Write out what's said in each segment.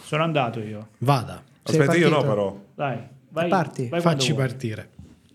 Sono andato io. Vada. Aspetta, io no però. Dai, vai. Parti. Vai Facci quando vuoi. partire.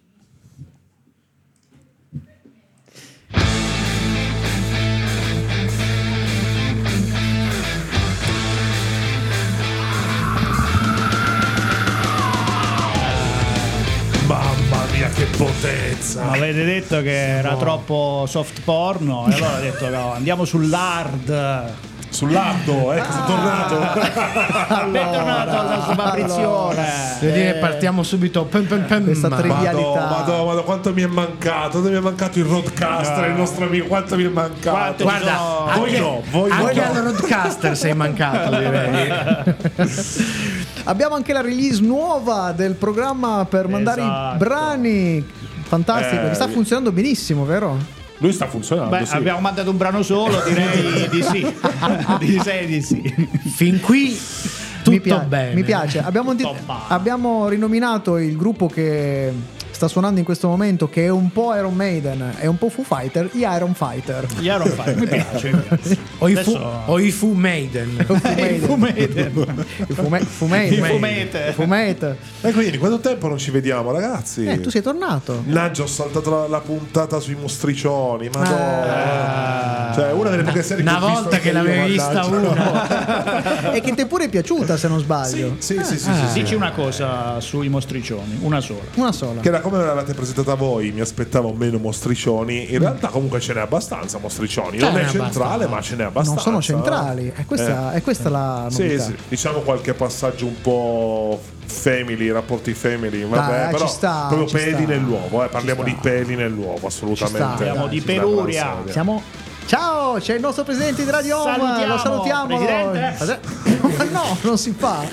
Mamma mia, che potenza! Ma avete detto che era troppo soft porno e allora ho detto no, andiamo sull'hard. Sull'ardo, sei tornato. Bentornato alla sua apparizione. Devo dire, partiamo subito. Questa trivialità. Madonna, quanto mi è mancato. Dove mi è mancato il roadcaster, il nostro amico. Quanto mi è mancato. Quanto Guarda, sono- Voi no, voi anche no. al roadcaster sei mancato, direi. Abbiamo anche la release nuova del programma per mandare i Esatto. brani. Fantastico, che sta funzionando benissimo, vero? Lui sta funzionando. Beh, sì. abbiamo mandato un brano solo, direi di sì. Direi di sì. Fin qui tutto bene. Mi piace. Tutto bene. Abbiamo rinominato il gruppo che sta suonando in questo momento, che è un po' Iron Maiden e un po' Foo Fighter, gli Iron Fighter. Gli Iron Fighter, mi piace. O i Fu Maiden. I Fumete. Fumete. Fumete. E quindi quanto tempo non ci vediamo, ragazzi? Tu sei tornato. Mannaggia, ho saltato la puntata sui mostricioni. Madonna. Cioè, una delle poche serie Una che ho visto volta anche che io, l'avevi vista mannaggia. una. E che ti pure è piaciuta, se non sbaglio. Sì. Dici una cosa sui mostricioni, una sola. Una sola. Che era come l'avete presentata voi, mi aspettavo meno mostricioni. In realtà comunque ce n'è abbastanza mostricioni. Non è centrale, ma ce n'è abbastanza. Non sono centrali. È questa la novità. Sì. Diciamo qualche passaggio un po' family, rapporti family, vabbè, Dai, però ci sta, proprio ci peli sta. nell'uovo, parliamo di peli nell'uovo, assolutamente. Parliamo di Ci sta Peruria. quella serie. Siamo. Ciao, c'è il nostro presidente di Radio Home. Salutiamo, Lo salutiamo. presidente. Ma no, non si fa.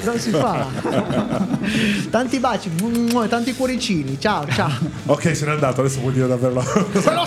Tanti baci, tanti cuoricini. Ciao. Ok, se n'è andato, adesso vuol dire davvero Quello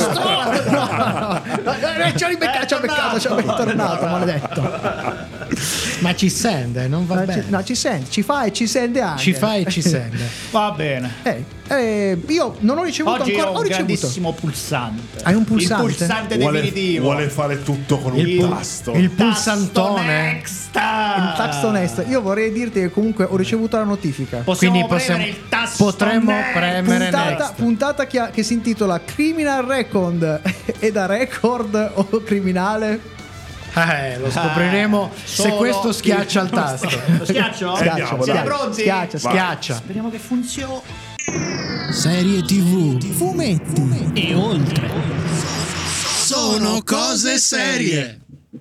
ci ha beccato, è tornato, maledetto. Ma ci sente, non va bene. No, ci sente, ci fa e ci sente anche. Ci fa e ci sente. Va bene. Io non ho ricevuto Oggi ancora. ho un grandissimo pulsante. Hai un pulsante? Il pulsante vuole definitivo. fare tutto con un tasto. Il pulsantone. Next. Tasto Next. Io vorrei dirti che comunque ho ricevuto la notifica. Possiamo premere il tasto potremmo next. premere next. Puntata che si intitola Criminal Record. È da record o criminale? Lo scopriremo se Solo questo schiaccia il il- tasto. Lo schiaccio? Andiamo, Siete dai. pronti? Schiaccia. Speriamo che funzioni. Serie TV. Fumetti. E oltre. Sono cose serie.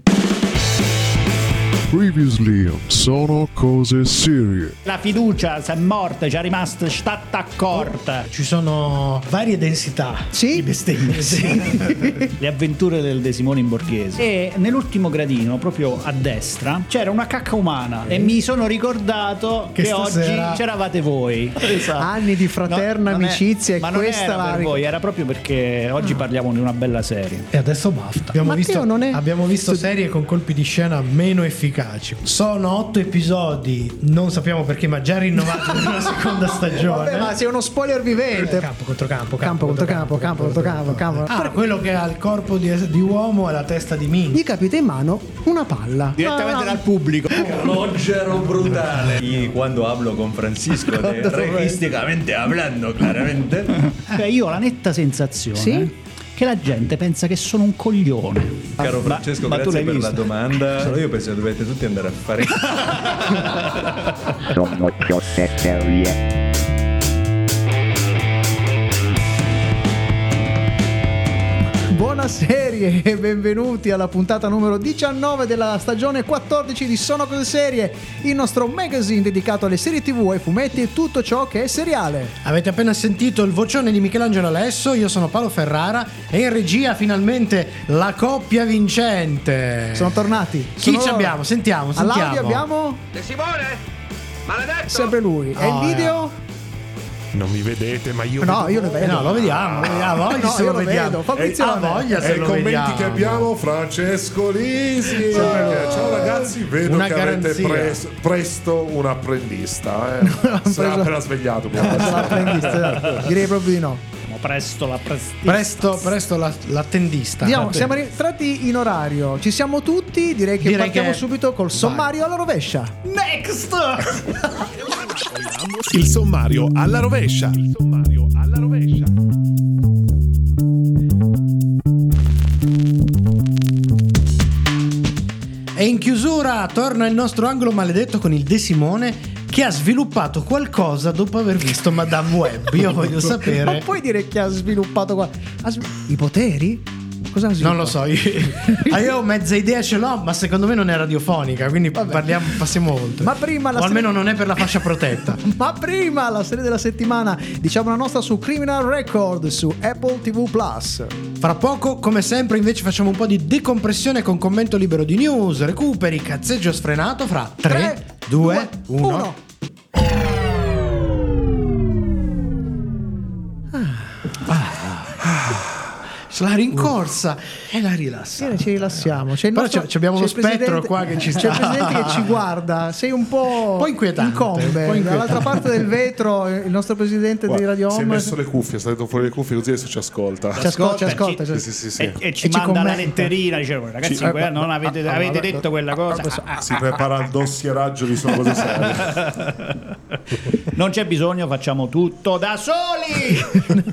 Previously on Sono Cose Serie. La fiducia si è morta, ci è rimasta stata accorta. Ci sono varie densità Sì? di bestemmie. Le avventure del De Simone in Borghese. E nell'ultimo gradino, proprio a destra, c'era una cacca umana. E mi sono ricordato Che che stasera- oggi c'eravate voi. Anni di fraterna No, non è- amicizia, e ma non questa era la per voi, era proprio perché oggi parliamo di una bella serie. E adesso basta. Abbiamo Matteo non è- abbiamo visto serie con colpi di scena meno efficaci. Sono 8 episodi, non sappiamo perché, ma già rinnovati per una seconda stagione. Vabbè, ma sei uno spoiler vivente. Campo contro campo, Campo contro campo. Ah, quello che ha il corpo di uomo e la testa di minchia. Gli capita in mano una palla. Direttamente dal pubblico. Calogero brutale. Y cuando hablo con Francisco, registicamente hablando, claramente. Cioè, io ho la netta sensazione Sì? che la gente pensa che sono un coglione. Caro Francesco, ma tu grazie l'hai per visto? la domanda. Solo io penso che dovete tutti andare a fare. Sono cose serie. Buona serie e benvenuti alla puntata numero 19 della stagione 14 di Sono Cose Serie, il nostro magazine dedicato alle serie TV, ai fumetti e tutto ciò che è seriale. Avete appena sentito il vocione di Michelangelo Alesso, io sono Paolo Ferrara e in regia finalmente la coppia vincente. Sono tornati. Chi Sono ci loro. abbiamo? Sentiamo. All'audio abbiamo De Simone? Maledetto! sempre lui. E il Oh, video? Non mi vedete, ma io No, io lo vedo. No, lo vediamo. Voglia No, se io lo lo vediamo. vedo, Fabrizio Ha lo vede. voglia E se i lo commenti vediamo. che abbiamo, Francesco Lisi. Ciao ragazzi, vedo Una che avete garanzia. presto un apprendista. Sarà appena svegliato. Sarà apprendista, direi proprio di no. Siamo presto l'attendista. Siamo entrati in orario, ci siamo tutti, direi che partiamo subito col sommario alla rovescia. Next! Il sommario alla rovescia. E in chiusura torna il nostro angolo maledetto con il De Simone, che ha sviluppato qualcosa dopo aver visto Madame Web. Io voglio sapere. Ma puoi dire che ha sviluppato i poteri? Cosa ha non lo so, io ho mezza idea, ce l'ho, ma secondo me non è radiofonica, quindi passiamo oltre. Ma prima o almeno non è per la fascia protetta. Ma prima la serie della settimana, diciamo la nostra su Criminal Record su Apple TV Plus. Fra poco, come sempre, invece facciamo un po' di decompressione con commento libero di news, recuperi, cazzeggio sfrenato fra 3, 2, 1. La rincorsa e la rilassa. Ci rilassiamo. Però abbiamo lo spettro qua che ci sta. C'è il presidente che ci guarda. Sei un po' inquietante. Incombe. Dall'altra parte del vetro, il nostro presidente di Radio Home si è messo le cuffie, è stato fuori le cuffie, così adesso ci ascolta. Ci ascolta. Sì. E ci manda la letterina. Dice, ragazzi, non avete detto quella cosa. Si prepara il dossieraggio di Sono Cose Serie. Non c'è bisogno, facciamo tutto da soli.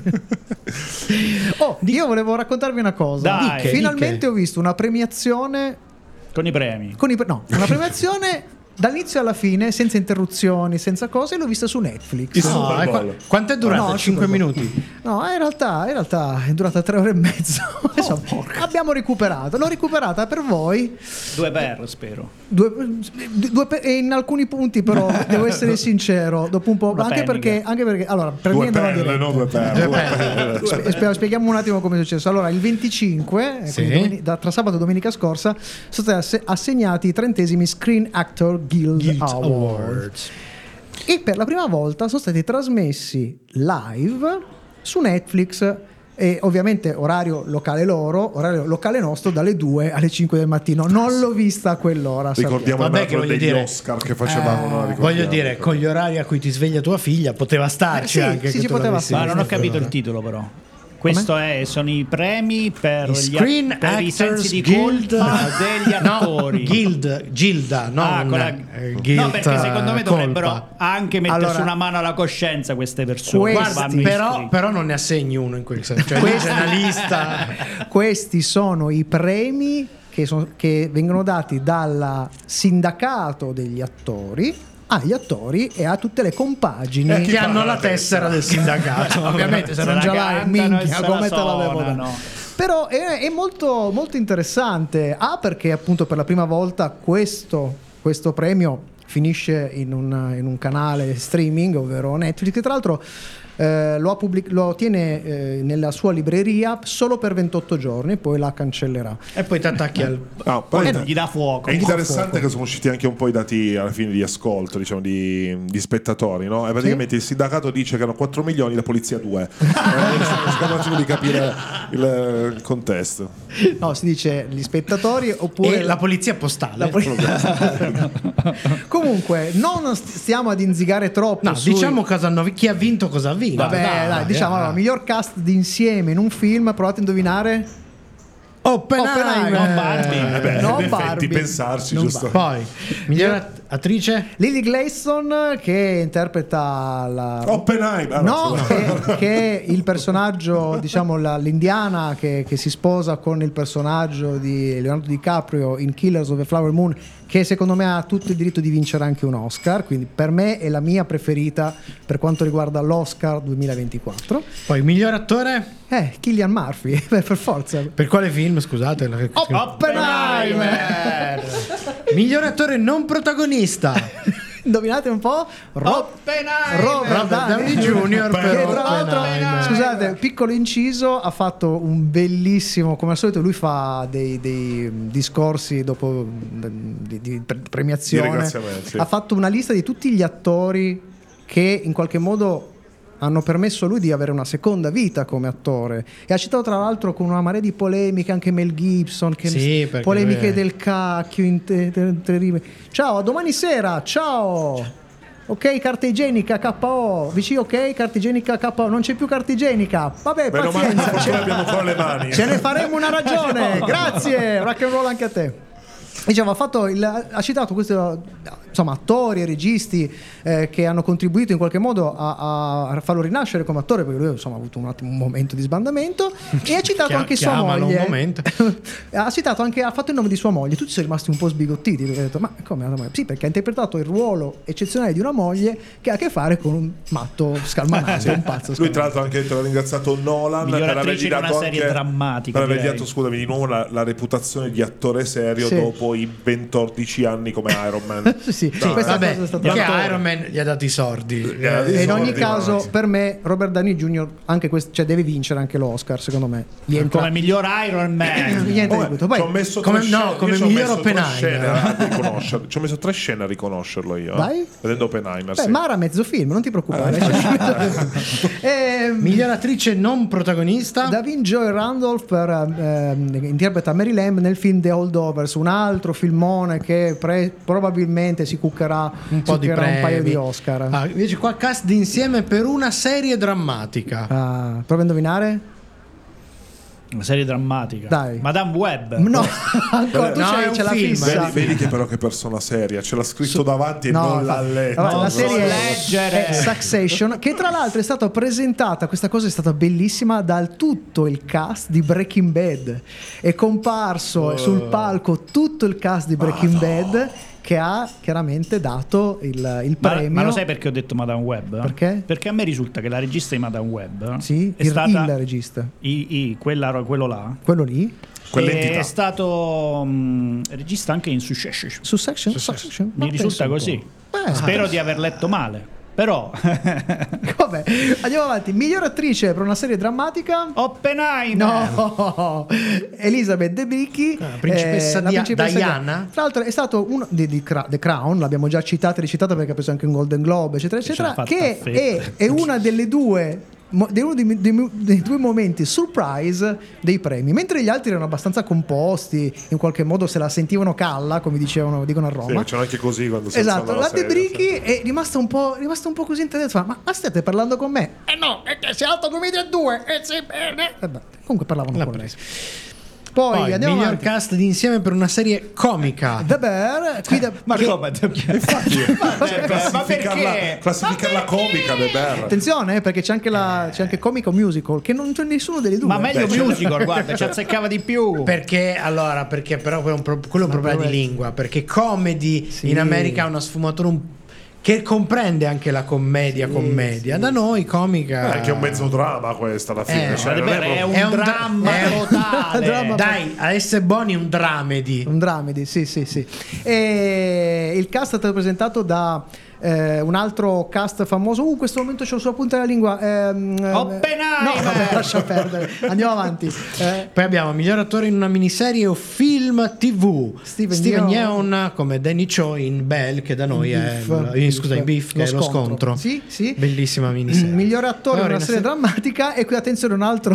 Io volevo raccontarvi una cosa. Dai. Finalmente ho visto una premiazione con i premi. Una premiazione dall'inizio alla fine, senza interruzioni, senza cose, l'ho vista su Netflix. Quanto è durata? 5 minuti? No, in realtà è durata 3 ore e mezzo. Insomma, abbiamo recuperato. L'ho recuperata per voi. 2 per, spero. 2 per, e in alcuni punti, però, devo essere sincero, dopo un po'. Anche perché, allora, per me andava diretto. No, 2 per. Spieghiamo un attimo come è successo. Allora, il 25, tra sabato e domenica scorsa, sono stati assegnati i 30esimi Screen Actor Guild Awards. E per la prima volta sono stati trasmessi live su Netflix, e ovviamente orario locale loro, orario locale nostro, dalle 2 alle 5 del mattino. Non l'ho vista a quell'ora. Ricordiamo degli Oscar che facevano. Voglio dire, con gli orari a cui ti sveglia tua figlia poteva starci anche. Sì, ci poteva stare. Ma non ho capito il titolo, però. Questo sono i premi per i Screen per i sensi di Guild colpa degli attori. Gilda, no, perché secondo me dovrebbero anche mettersi una mano alla coscienza queste persone. Però non ne assegni uno in quel senso, cioè c'è una lista. Questi sono i premi che vengono dati dal sindacato degli attori agli attori e a tutte le compagini che hanno la tessera del sindacato. Ovviamente se non ce l'hai, minchia, come te l'avevo dato. Però è molto, molto interessante. Perché appunto per la prima volta questo premio finisce in un canale streaming, ovvero Netflix, che tra l'altro lo tiene nella sua libreria solo per 28 giorni, poi la cancellerà. E poi ti attacchi al... gli dà fuoco. È interessante che sono usciti anche un po' i dati alla fine di ascolto, diciamo, di spettatori, no? E praticamente il sindacato dice che hanno 4 milioni, la polizia 2. Stiamo cercando di capire il contesto. No, si dice gli spettatori oppure... E la polizia postale. Comunque, non stiamo ad inzigare troppo. No, diciamo chi ha vinto, cosa ha vinto. Vabbè, diciamo, allora, miglior cast d'insieme in un film, provate a indovinare. Oppenheimer. Non Barbie. Pensarci, giusto. Poi, miglior attrice? Lily Gleason, che interpreta la Oppenheimer. Che è il personaggio, diciamo, l'indiana che si sposa con il personaggio di Leonardo DiCaprio in Killers of the Flower Moon, che secondo me ha tutto il diritto di vincere anche un Oscar, quindi per me è la mia preferita per quanto riguarda l'Oscar 2024. Poi miglior attore? Cillian Murphy, per forza. Per quale film, scusate? Oppenheimer. Miglior attore non protagonista. Indovinate un po'? Robert Downey Jr. Che tra l'altro, scusate, piccolo inciso, ha fatto un bellissimo, come al solito lui fa dei discorsi dopo di premiazione, ha fatto una lista di tutti gli attori che in qualche modo hanno permesso a lui di avere una seconda vita come attore, e ha citato tra l'altro con una marea di polemiche anche Mel Gibson, polemiche del cacchio terribile. Ciao, a domani sera, ciao. Ok, carta igienica KO. VC, ok, carta igienica KO. Non c'è più carta igienica. Vabbè, Meno male pazienza. che abbiamo ancora le mani. Ce ne faremo una ragione. Grazie. Rock and roll anche a te. Diciamo, ha citato questi attori e registi che hanno contribuito in qualche modo a farlo rinascere come attore, perché lui ha avuto un momento di sbandamento, e ha citato anche sua moglie. Un momento. Ha fatto il nome di sua moglie. Tutti sono rimasti un po' sbigottiti, perché ha detto: ma come la moglie? Sì, perché ha interpretato il ruolo eccezionale di una moglie che ha a che fare con un matto scalmanato, un pazzo Lui tra l'altro ha anche ringraziato Nolan miglior per attrice avergli in dato una serie anche, drammatica, per avergli direi. dato, scusami, di nuovo la reputazione di attore serio Sì. dopo i 14 anni come Iron Man. sì, No, questa Vabbè, cosa è stata perché fatta. Iron Man gli ha dato i sordi. E in ogni soldi, caso, ma- per me, Robert Downey Jr. anche deve vincere anche l'Oscar, secondo me. Gli entra- Come miglior Iron Man. niente di Vabbè, tutto. Poi, ci ho messo come- tre no, scene- come io ci ho miglior messo tre Oppenheimer. scene a riconoscerlo. Ci ho messo 3 scene a riconoscerlo io. Vai. Vedendo Oppenheimer. beh, sì. Mara mezzo film, non ti preoccupare. Miglior attrice non protagonista. Davin Joy Randolph interpreta Mary Lamb nel film The Holdovers, un altro filmone che probabilmente si cuccherà un po' di premi. un paio di Oscar. Invece qua cast insieme per una serie drammatica. Prova a indovinare? Una serie drammatica. Dai. Madame Web. No, ancora tu No, è un ce la film. fissa. Vedi che però che persona seria, ce l'ha scritto davanti e No, non l'ha letto. allora, la Non serie leggere. è Succession, che tra l'altro è stata presentata, questa cosa è stata bellissima, dal tutto il cast di Breaking Bad. È comparso sul palco tutto il cast di Breaking Bad, che ha chiaramente dato il premio. Ma lo sai perché ho detto Madame Web? Perché? Perché a me risulta che la regista di Madame Web Sì, è stata il regista. quello là. Quello lì? Quell'entità. È stato regista anche in Succession. Succession? Mi risulta così. Spero di aver letto male. Però Vabbè, andiamo avanti. Miglior attrice per una serie drammatica? Oppenheimer. No, Elizabeth Debicki, principessa la principessa Diana. Tra l'altro è stato uno di The Crown, l'abbiamo già citata e recitata perché ha preso anche un Golden Globe, eccetera, ce l'ha eccetera, fatta che a fette. è una delle due uno dei due momenti surprise dei premi, mentre gli altri erano abbastanza composti, in qualche modo se la sentivano calla, come dicono a Roma. Sì, c'è anche così quando si Esatto, alzava la sedia, Debicki sì. è rimasta un po' così interdetta. Ma state parlando con me? No, è che si alta come due e due. Sì, bene. Comunque parlavano con lei. Poi andiamo miglior avanti. cast d'insieme per una serie comica. The Bear, qui Ma come? Classificarla comica The Bear. attenzione, perché c'è anche comico musical, che non c'è nessuno delle due. Ma meglio musical, guarda, ci azzeccava di più. Perché però quello è un problema di lingua. Perché comedy Sì. in America ha una sfumatura che comprende anche la commedia. Da noi comica È anche un mezzo dramma questa alla fine. Cioè, non è un è un dramma è un totale. dramma. Dai, a essere buoni un dramedy. Un dramedy, sì. E il cast è stato presentato da un altro cast famoso. In questo momento c'ho sulla punta della lingua. Oppenheimer! No, vabbè, lascia perdere. Andiamo avanti. Poi abbiamo miglior attore in una miniserie o film TV. Steven Yeun come Danny Cho in Belle, che da noi è in Beef, che è lo scontro. Sì. Bellissima miniserie. Migliore attore in Allora, una serie drammatica. E qui attenzione, un altro.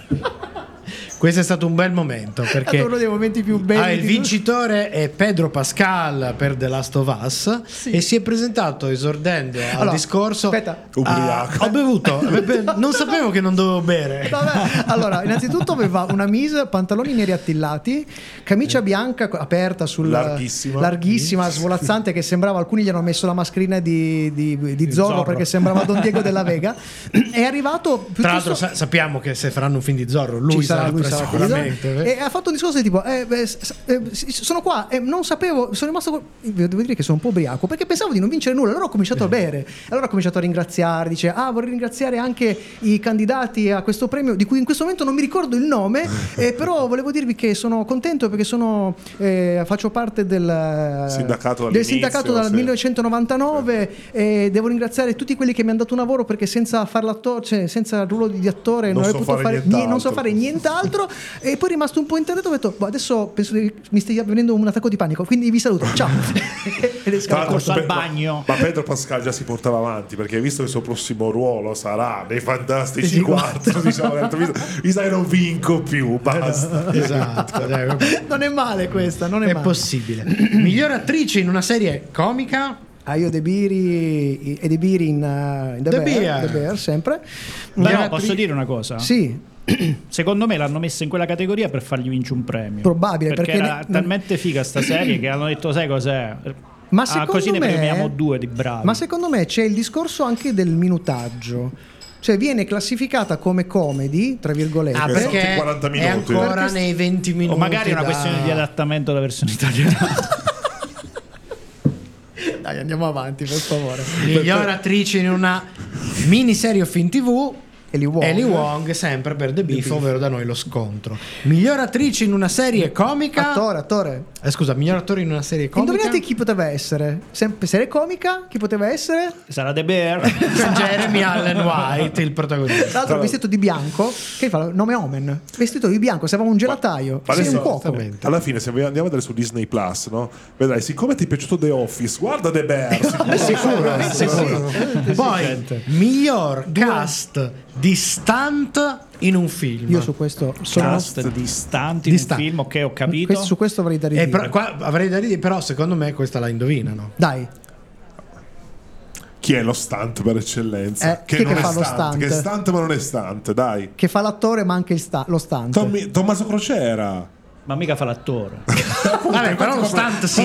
Questo è stato un bel momento È perché uno dei momenti più belli. il di vincitore è Pedro Pascal per The Last of Us e si è presentato esordendo al Allora, discorso. aspetta. Ubriaco. Ho bevuto, non sapevo che non dovevo bere. Vabbè, allora, innanzitutto aveva una mise, pantaloni neri attillati, camicia bianca aperta larghissima, svolazzante, che sembrava, alcuni gli hanno messo la mascherina di Zorro perché sembrava Don Diego della Vega. È arrivato piuttosto... Tra l'altro sappiamo che se faranno un film di Zorro lui sarà sicuramente. E ha fatto un discorso di tipo sono qua e non sapevo, sono rimasto, devo dire che sono un po' ubriaco perché pensavo di non vincere nulla. Allora ho cominciato a bere, allora ho cominciato a ringraziare, dice vorrei ringraziare anche i candidati a questo premio di cui in questo momento non mi ricordo il nome, però volevo dirvi che sono contento perché faccio parte del sindacato dal 1999 e devo ringraziare tutti quelli che mi hanno dato un lavoro, perché senza far l'attore, cioè, senza il ruolo di attore non so fare nient'altro. E poi è rimasto un po' interdetto, ho detto adesso penso che mi stia venendo un attacco di panico, quindi vi saluto, ciao. Ed è scappato. al bagno. Ma Pedro Pascal già si portava avanti, perché visto che il suo prossimo ruolo sarà nei Fantastici 4, diciamo, mi sa che non vinco più, basta. Esatto, non è male questa, non è male. possibile. Miglior attrice in una serie comica. Io De Biri e De Biri in The Bear sempre. Però posso dire una cosa? Sì. Secondo me l'hanno messa in quella categoria per fargli vincere un premio. Probabile, perché era talmente figa sta serie che hanno detto sai cos'è? Ma secondo così ne me, premiamo 2 di bravi. Ma secondo me c'è il discorso anche del minutaggio. Cioè viene classificata come comedy, tra virgolette. perché 40 minuti. È ancora nei 20 minuti. O magari è una questione di adattamento alla versione italiana. Dai, andiamo avanti, per favore. Miglior attrice in una miniserie o film TV, Eli Wong, sempre per The Beef, ovvero da noi lo scontro. Miglior attrice in una serie comica. Attore. Scusa, miglior attore in una serie comica. Indovinate chi poteva essere? Sempre serie comica? Chi poteva essere? Sarà The Bear. Jeremy Allen White, il protagonista. Tra l'altro vestito di bianco, che fa il nome Omen. Vestito di bianco, sembrava un gelataio. Sei un cuoco. Alla fine, se andiamo a vedere su Disney Plus, no? Vedrai, siccome ti è piaciuto The Office, guarda The Bear. Sicuro. Poi, miglior cast di stunt in un film. Io su questo sono Cast distanti in un film, ok, ho capito. Su questo avrei da ridire. Avrei da ridire, però secondo me questa la indovinano. Dai. Chi è lo stunt per eccellenza? Chi non che è fa lo stunt? Che è stunt ma non è stunt, dai. Che fa l'attore ma anche lo stunt. Tommaso Crocera. Ma mica fa l'attore. Vabbè, però lo stunt sì.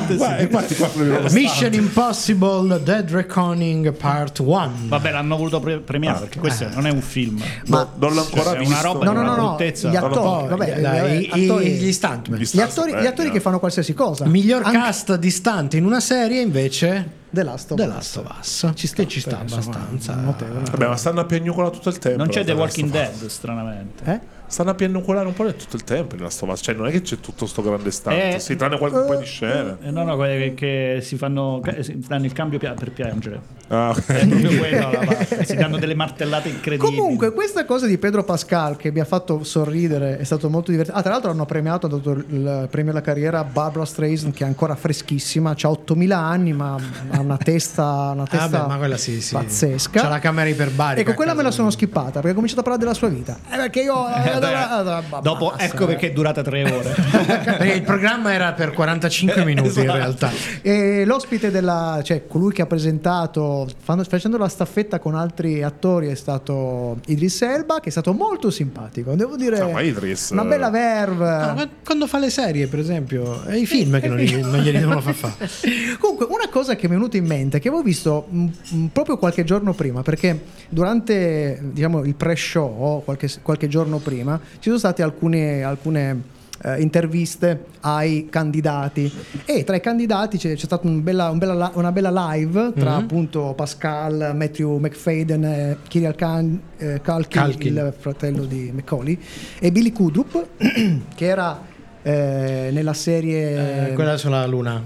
Mission Impossible Dead Reckoning Part 1. Vabbè, l'hanno voluto premiare perché questo non è un film. Ma non l'ho ancora è visto. una roba di una No. bruttezza. Gli attori, Gli stunt. Gli attori che fanno qualsiasi cosa. Miglior cast di stunt in una serie invece The Last of Us. Ci sta abbastanza. Vabbè, ma stanno a piagnucolare tutto il tempo. Non c'è The Walking Dead, stranamente. Stanno a piagnucolare un po' tutto il tempo in Last of Us. Cioè, non è che c'è tutto sto grande stunt. Si tranne qualche po' di scene. No, quelle che si fanno. Si danno il cambio per piangere. Ah, ok. È proprio quello la parte. Si danno delle martellate incredibili. Comunque, questa cosa di Pedro Pascal che mi ha fatto sorridere è stato molto divertente. Tra l'altro hanno premiato, hanno dato il premio alla carriera a Barbara Streisand, che è ancora freschissima, ha 8000 anni, ma ha una testa ma quella sì. pazzesca. C'ha la camera iperbarica. Ecco, quella me la sono skippata perché ho cominciato a parlare della sua vita. Perché io dopo basta. ecco perché è durata 3 ore. Perché il programma era per 45 minuti in realtà. E l'ospite cioè colui che ha presentato facendo la staffetta con altri attori è stato Idris Elba, che è stato molto simpatico, devo dire. Ma Idris, una bella verve. Quando fa le serie, per esempio, è i film che non glieli devono far fare. Comunque, una cosa che mi è venuta in mente, che avevo visto proprio qualche giorno prima, perché durante il pre-show qualche giorno prima ci sono state alcune interviste ai candidati, e tra i candidati c'è stata una bella live tra appunto Pascal, Matthew McFadden e Kieran Culkin, il fratello di Macaulay, e Billy Crudup che era nella serie quella sulla luna,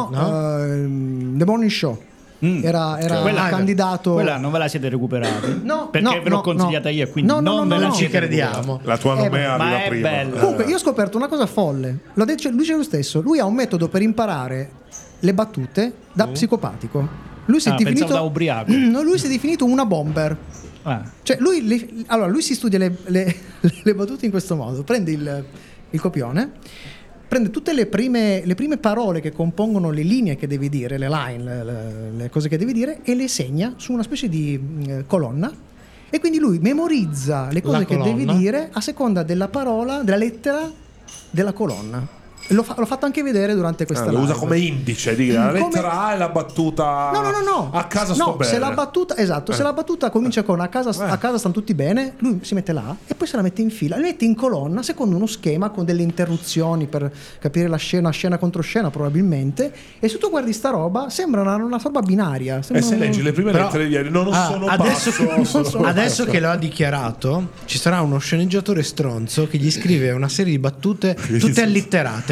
The Morning Show. Era candidato. Quella non ve la siete recuperati? No, perché ve l'ho consigliata io, quindi non ve la ci crediamo. La tua nomea ma arriva è prima. bella. Comunque, io ho scoperto una cosa folle. Lui dice lo stesso. Lui ha un metodo per imparare le battute da psicopatico. Lui si è definito da ubriaco. No, lui si è definito una bomber. Cioè, lui si studia le battute in questo modo. Prende il copione, prende tutte le prime parole che compongono le linee che devi dire, le line, le cose che devi dire, e le segna su una specie di colonna, e quindi lui memorizza le cose che devi dire a seconda della parola, della lettera della colonna. L'ho fatto anche vedere durante questa live. Lo usa come indice, la lettera A è la battuta. No. A casa sto bene. Se la battuta comincia con a casa stanno tutti bene, lui si mette là e poi se la mette in fila, la mette in colonna secondo uno schema con delle interruzioni per capire la scena contro scena probabilmente, e se tu guardi sta roba sembra una roba binaria. E se leggi le prime lettere di ieri, non sono adesso che lo ha dichiarato, ci sarà uno sceneggiatore stronzo che gli scrive una serie di battute tutte allitterate.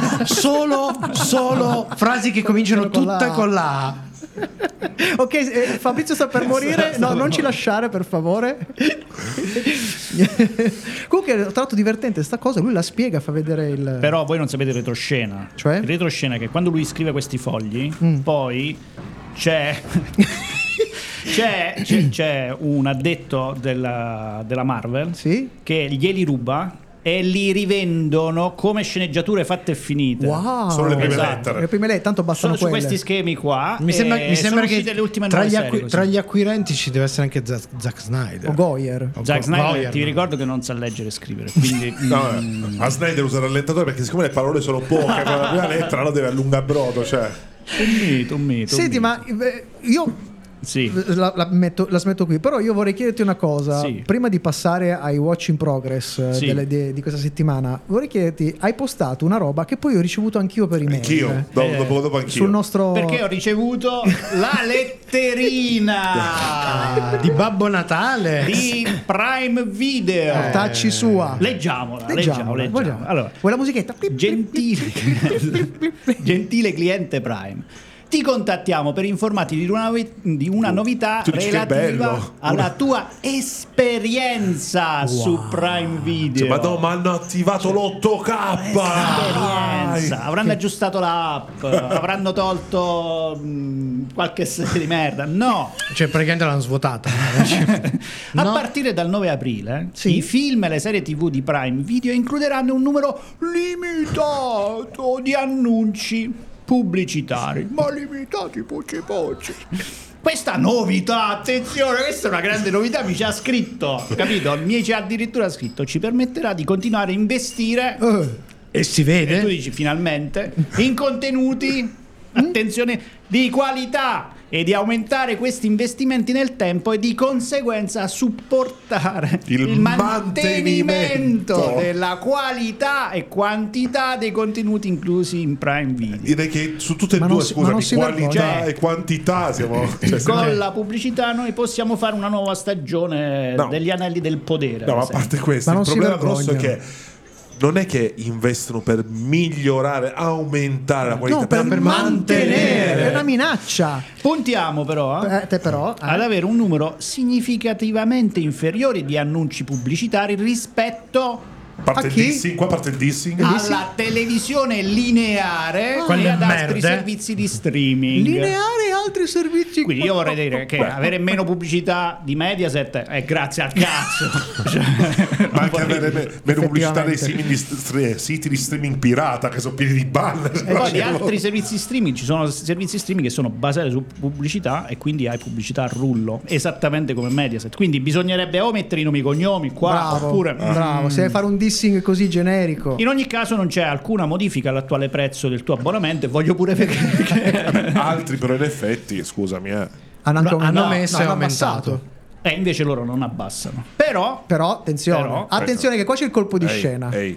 Solo frasi che cominciano tutte con la A. Ok, Fabrizio sta per morire. No, non ci lasciare, per favore. Comunque, tra l'altro, divertente sta cosa. Lui la spiega, fa vedere il. Però voi non sapete il retroscena. Cioè? Il retroscena è che quando lui scrive questi fogli, poi c'è un addetto della Marvel, sì? che glieli ruba e li rivendono come sceneggiature fatte e finite. Wow. Sono le prime Esatto. lettere. Le prime lettere, tanto bastano Sono su quelle. questi schemi qua. Mi sembra sono che uscite le ultime tra 9 gli, serie, così. tra gli acquirenti ci deve essere anche Zack Snyder. O Goyer. Zack Snyder, Goyer, ti no. ricordo che non sa leggere e scrivere, quindi No, a Snyder usa il rallentatore perché siccome le parole sono poche con la prima lettera lo deve allungare brodo, cioè. un mito. Senti, ma io sì. la smetto qui, però io vorrei chiederti una cosa. Sì. Prima di passare ai watch in progress Sì. di questa settimana, vorrei chiederti, hai postato una roba che poi ho ricevuto anch'io per email. Anch'io, dopo anch'io. Sul nostro... Perché ho ricevuto la letterina Di Babbo Natale. di Prime Video. Tacci sua. Leggiamola. Vogliamo. Allora, vuoi la musichetta? gentile cliente Prime, ti contattiamo per informarti di una novità tu dici che è relativa bello. alla tua esperienza su Prime Video. Cioè, ma hanno attivato l'8K. Esperienza. Avranno aggiustato l'app, avranno tolto qualche serie di merda. No. Cioè, praticamente l'hanno svuotata. A No. partire dal 9 aprile Sì. i film e le serie TV di Prime Video includeranno un numero limitato di annunci pubblicitari, ma limitati pochi. Questa novità, attenzione, questa è una grande novità, mi ci ha scritto, capito? Mi ci ha addirittura scritto, ci permetterà di continuare a investire, E si e tu vede? dici finalmente, in contenuti, attenzione, di qualità e di aumentare questi investimenti nel tempo e di conseguenza supportare Il mantenimento della qualità e quantità dei contenuti inclusi in Prime Video. Direi che su tutte e Ma non due, si- ma non scusami, si qualità vergogna. e quantità siamo. Cioè, Con la pubblicità noi possiamo fare una nuova stagione No. degli Anelli del Potere. no, ma a ad esempio. parte questo, Ma il non si problema grosso è vergognano. che non è che investono per migliorare, aumentare la qualità, No, per mantenere. È una minaccia. Puntiamo però Te però ad avere un numero significativamente inferiore di annunci pubblicitari rispetto parte A il chi? dissing, qua parte il dissing. alla televisione lineare Quelle e ad altri merde. servizi di streaming. lineare e altri servizi. Quindi io vorrei dire che avere meno pubblicità di Mediaset è grazie al cazzo. Cioè, Ma anche avere meno pubblicità dei Effettivamente. siti di streaming pirata che sono pieni di banner. E poi di altri servizi streaming, ci sono servizi streaming che sono basati su pubblicità e quindi hai pubblicità a rullo, esattamente come Mediaset. Quindi bisognerebbe o mettere i nomi e cognomi qua, Bravo, oppure bravo. Se devi fare un dissing così generico. in ogni caso non c'è alcuna modifica all'attuale prezzo del tuo abbonamento e voglio pure vedere che... Altri però in effetti, scusami, Hanno anche No, hanno no, messo e hanno aumentato. abbassato. invece loro non abbassano. Però Però attenzione, Però- attenzione che qua c'è il colpo di Ehi, scena. ehi.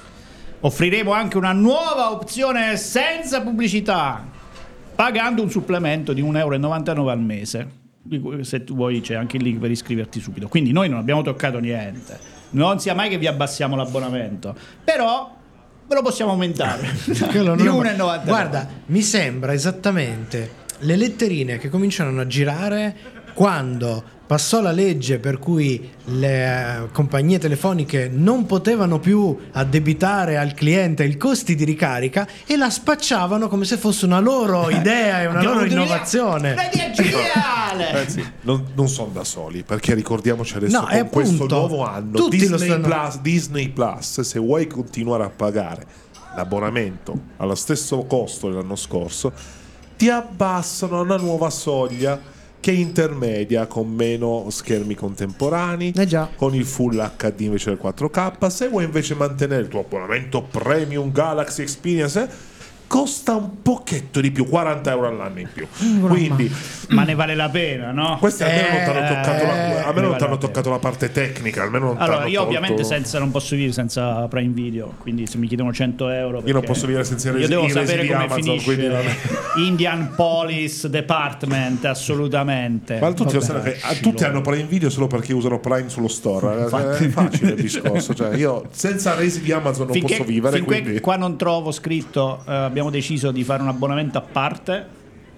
offriremo anche una nuova opzione senza pubblicità, pagando un supplemento di 1,99 € al mese. Di cui, se tu vuoi, c'è anche il link per iscriverti subito. Quindi noi non abbiamo toccato niente, non sia mai che vi abbassiamo l'abbonamento, però ve lo possiamo aumentare Quello di non è- 1,99 €. Guarda, mi sembra esattamente le letterine che cominciano a girare quando passò la legge per cui le compagnie telefoniche non potevano più addebitare al cliente i costi di ricarica e la spacciavano come se fosse una loro idea e una loro innovazione. È geniale! Ragazzi, non sono da soli, perché ricordiamoci adesso No, con e questo appunto, nuovo anno tutti lo stanno- Disney Plus, se vuoi continuare a pagare l'abbonamento allo stesso costo dell'anno scorso, ti abbassano a una nuova soglia che è intermedia, con meno schermi contemporanei, già. con il Full HD invece del 4K. Se vuoi invece mantenere il tuo abbonamento Premium Galaxy Experience, costa un pochetto di più, 40 € all'anno in più. Quindi Ma ne vale la pena, no? questi almeno non ti hanno toccato la, almeno non vale ti hanno la toccato la parte tecnica, almeno non Allora, t'hanno io tolto- ovviamente non posso vivere senza Prime Video, quindi se mi chiedono 100 €. Io non perché posso vivere senza i io resi- devo i resi sapere di come Amazon, finisce quindi non Indian Police Department, assolutamente. Ma tutti lo sanno Vabbè, che tutti hanno Prime Video solo perché usano Prime sullo store. È facile il discorso. Cioè, io senza resi di Amazon non posso vivere. finché Quindi qua non trovo scritto abbiamo deciso di fare un abbonamento a parte.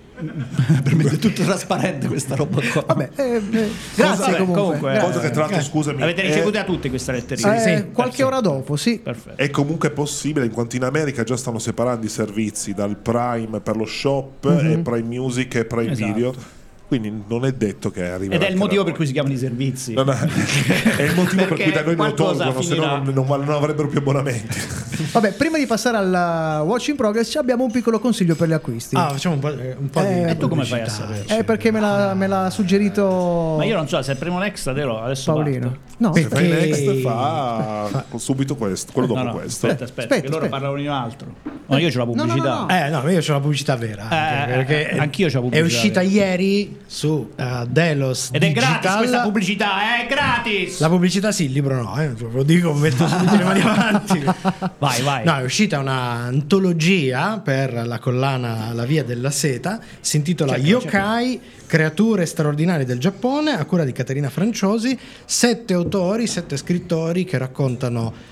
Per me è tutto trasparente questa roba qua. Vabbè, grazie Vabbè, comunque. cosa che tra l'altro, scusami, Avete ricevuto a tutte queste letterine? Qualche perfetto. ora dopo, sì. Perfetto. è comunque possibile, in quanto in America già stanno separando i servizi dal Prime per lo shop e Prime Music e Prime Esatto. Video. quindi non è detto che arriverà. Ed è il anche motivo da per cui si chiamano i servizi. noi. È il motivo per cui da noi non lo qualcosa tolgono, se no finirà. non avrebbero più abbonamenti. Vabbè, prima di passare al Watch in Progress abbiamo un piccolo consiglio per gli acquisti. Facciamo un po' di E tu come fai a pubblicità. sapere? Perché me l'ha suggerito Ma io non so, se è il primo next adesso Paolino. parto. No, Se fai Perché- next fa subito questo, quello dopo No, questo. aspetta, che loro parlano di un altro. No, io c'ho la no, pubblicità. no. No, io c'ho la pubblicità vera. Perché anch'io c'ho la pubblicità è uscita vera. ieri su Delos Ed è Digital. gratis questa pubblicità, è gratis! La pubblicità sì, il libro no, ve lo dico, metto subito le mani avanti. Vai. No, è uscita un'antologia per la collana La Via della Seta, si intitola Yokai, creature straordinarie del Giappone, a cura di Caterina Franciosi, 7 autori, 7 scrittori che raccontano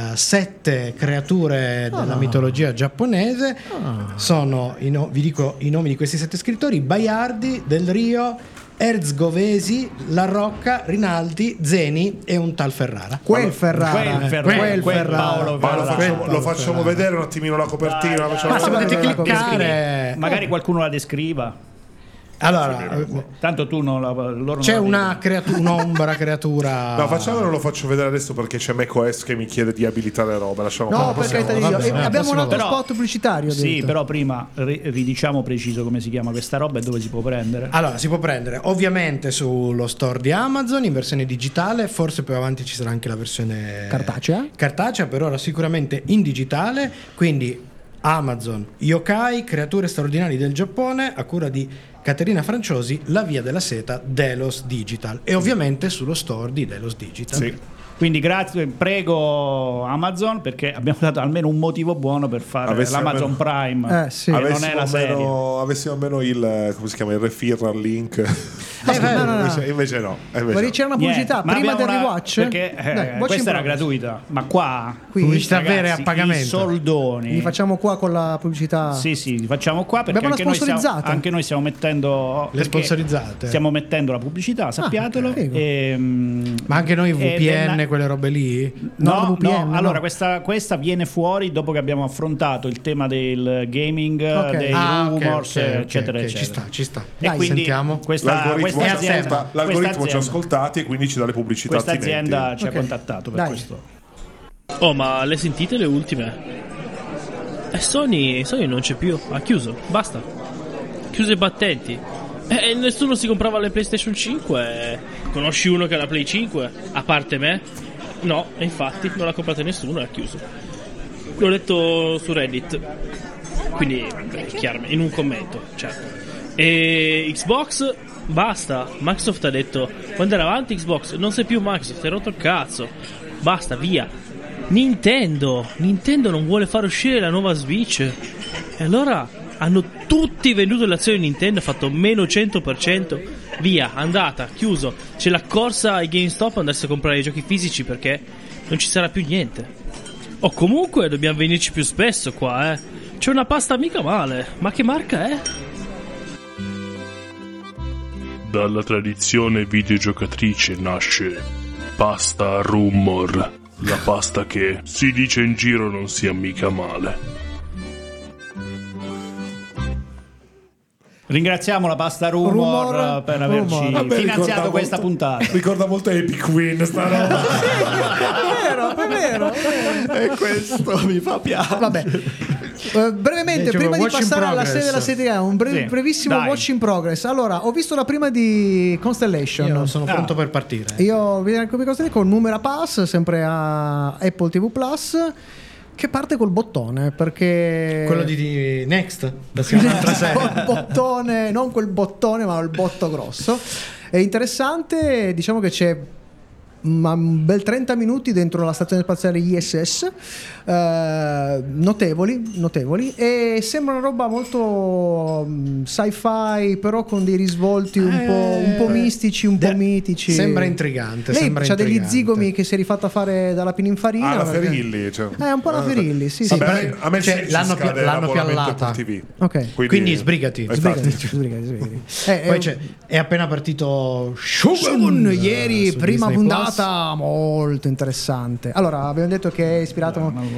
7 creature della mitologia giapponese. Sono, vi dico i nomi di questi 7 scrittori: Baiardi, Del Rio, Erzgovesi, La Rocca, Rinaldi, Zeni e un tal Ferrara. Quel Ferrara. Quel Paolo Ma Ferrara. lo facciamo vedere un attimimo la copertina. Ma se potete Guarda, cliccare, Magari qualcuno la descriva. allora Tanto tu non loro c'è non la una un'ombra creatura. No, facciamolo, lo faccio vedere adesso perché c'è MacOS che mi chiede di abilitare roba. Lasciamo No, perdere. per carità di Dio. vabbè, Abbiamo un altro però- spot pubblicitario. ho Sì, detto. però prima ridiciamo preciso come si chiama questa roba e dove si può prendere. Allora, si può prendere ovviamente sullo store di Amazon in versione digitale, forse più avanti ci sarà anche la versione Cartacea? per ora sicuramente in digitale, quindi Amazon, Yokai, creature straordinarie del Giappone, a cura di Caterina Franciosi, La Via della Seta, Delos Digital, e ovviamente sullo store di Delos Digital. Sì. Quindi grazie, prego Amazon, perché abbiamo dato almeno un motivo buono per fare Avessimo l'Amazon Prime. sì. Che non è la serie. Avessimo almeno il, come si chiama, il referral link. No. Invece no. Vorrei c'era una pubblicità Niente, ma prima del abbiamo rewatch. perché Dai, watch in questa era progress. gratuita, ma qua Qui Pubblicità ragazzi, vera e a pagamento. i soldoni li facciamo qua con la pubblicità. Sì, li facciamo qua perché Abbiamo la sponsorizzata. anche noi stiamo mettendo Le perché sponsorizzate. stiamo mettendo la pubblicità, sappiatelo. figo. Ma anche noi ed è VPN, quelle robe lì. No, VPN, no. allora questa viene fuori dopo che abbiamo affrontato il tema del gaming, Ok. dei rumors, eccetera, ok, eccetera. Ci sta. E Dai, quindi sentiamo. L'algoritmo ci ha ascoltati e quindi ci dà le pubblicità questa attinenti. azienda ci ha Ok. contattato per Dai. questo. Oh, ma le sentite le ultime? Sony non c'è più, ha chiuso, basta. Chiuse i battenti. Nessuno si comprava le PlayStation 5. Conosci uno che ha la Play 5? A parte me? No, e infatti non l'ha comprata nessuno e ha chiuso. L'ho letto su Reddit. Quindi, chiaramente, in un commento, certo. E Xbox, basta. Microsoft ha detto: puoi andare avanti Xbox, non sei più Microsoft, hai rotto il cazzo. Basta, via. Nintendo non vuole far uscire la nuova Switch. E allora hanno tutti venduto le azioni di Nintendo, fatto meno 100%. Via, andata, chiuso. C'è la corsa ai GameStop a andarsi a comprare i giochi fisici perché non ci sarà più niente. O comunque dobbiamo venirci più spesso qua, C'è una pasta mica male. Ma che marca è? Dalla tradizione videogiocatrice nasce Pasta Rumor, la pasta che si dice in giro non sia mica male. Ringraziamo la pasta Rumor per averci Rumor. finanziato questa puntata. Ricorda molto Epic Queen sta roba. È vero. E questo mi fa piacere. Vabbè. Brevemente, Dicevo, prima di watch in passare alla progress. serie della settimana, un Sì, brevissimo dai. watch in progress. Allora, ho visto la prima di Constellation. Io sono pronto per partire. Io vedo come cosa con Numera Pass, sempre a Apple TV Plus, che parte col bottone, perché Quello di Next, un'altra serie. Col bottone, non quel bottone, ma il botto grosso. È interessante, diciamo che c'è un bel 30 minuti dentro la stazione spaziale ISS, notevoli, e sembra una roba molto sci-fi, però con dei risvolti un po' mistici, un po' mitici. Sembra intrigante. Lei sembra c'ha degli intrigante. zigomi che si è rifatta fare dalla Pininfarina. La perché- Ferilli, cioè. un po' la Ferilli, sì. Vabbè, a me il cioè, 16 l'hanno scade l'hanno l'abbonamento piallata. Apple TV. Ok. Quindi sbrigati. Infatti. Sbrigati. Poi è appena partito Shogun, ieri, su prima Disney puntata puntata molto interessante. Allora, abbiamo detto che è ispirata,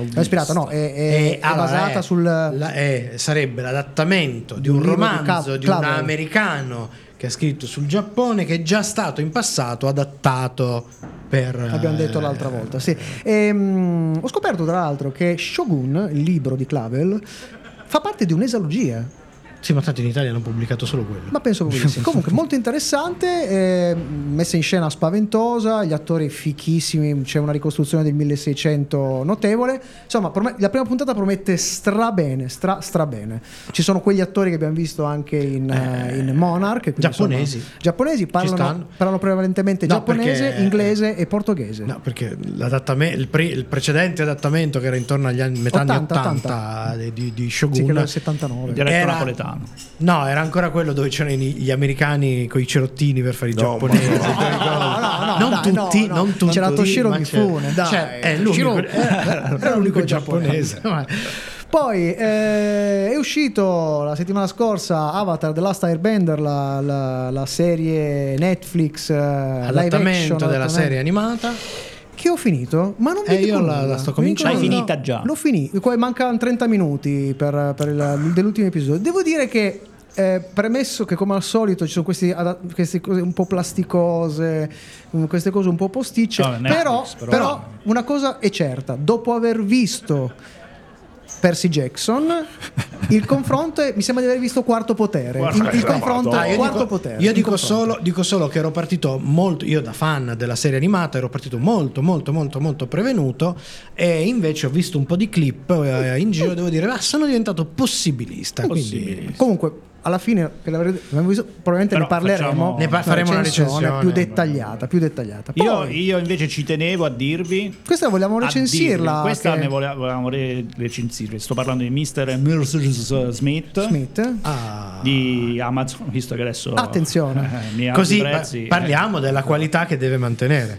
è basata sarebbe l'adattamento di un libro di romanzo di un Clavel. americano che ha scritto sul Giappone, che è già stato in passato adattato per... Abbiamo detto l'altra volta, sì. Ho scoperto tra l'altro che Shogun, il libro di Clavel, fa parte di un'esalogia. Sì, ma tanto in Italia hanno pubblicato solo quello. Ma penso proprio di sì. Comunque molto interessante, messa in scena spaventosa, gli attori fichissimi, c'è una ricostruzione del 1600 notevole. Insomma, la prima puntata promette strabene. Ci sono quegli attori che abbiamo visto anche in Monarch, giapponesi, parlano prevalentemente giapponese, inglese e portoghese. No, perché il precedente adattamento, che era intorno agli anni metà anni 80 di Shogun, sì, che era il 79. Diretto napoletano. No, era ancora quello dove c'erano gli americani con i cerottini per fare i giapponesi. Non tutti. C'era Toshiro Mifune, è l'unico giapponese. Poi è uscito la settimana scorsa Avatar The Last Airbender, la serie Netflix adattamento della serie animata, che ho finito, ma non vi dico io nulla. la sto cominciando. L'hai finita già? L'ho finito, mancano 30 minuti dell'ultimo episodio. Devo dire che premesso che come al solito ci sono queste cose un po' plasticose, queste cose un po' posticce, però una cosa è certa: dopo aver visto Percy Jackson, il confronto mi sembra di aver visto Quarto Potere. Io dico solo che ero partito molto, io da fan della serie animata ero partito molto prevenuto, e invece ho visto un po' di clip in giro, devo dire, sono diventato possibilista. Quindi... Comunque alla fine che l'abbiamo visto, probabilmente ne parleremo, faremo una recensione più dettagliata. Poi, io invece ci tenevo a dirvi, questa vogliamo recensirla, questa ne volevamo recensirvi. Sto parlando di Mr. e Mrs. Smith di Amazon, visto che adesso attenzione, così prezzi, parliamo della qualità che deve mantenere.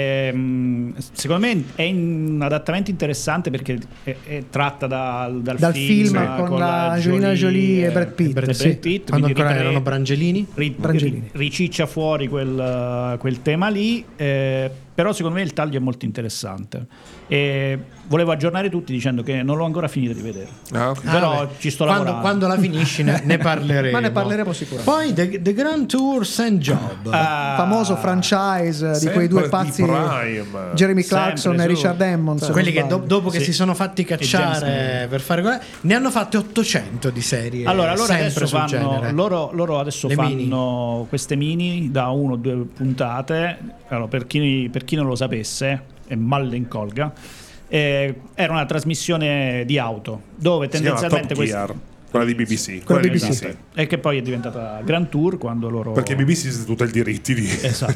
Secondo me è un adattamento interessante perché è tratta dal film con la Angelina Jolie e Brad Pitt. Quando ancora erano Brangelini, riciccia fuori quel tema lì, però secondo me il taglio è molto interessante, e volevo aggiornare tutti dicendo che non l'ho ancora finito di vedere, però ci sto lavorando. Quando la finisci ne parleremo. Ma ne parleremo sicuramente. Poi The Grand Tour St. Job, famoso franchise di quei due pazzi, Jeremy Clarkson e Richard Emmons, quelli che dopo che si sono fatti cacciare per fare quella, ne hanno fatte 800 di serie. Allora sempre adesso loro adesso fanno queste mini da 1 o 2 puntate. Allora, per chi non lo sapesse e mal in colga, era una trasmissione di auto dove tendenzialmente quella di BBC, esatto. E che poi è diventata Grand Tour quando loro, perché BBC si è tutto il diritto di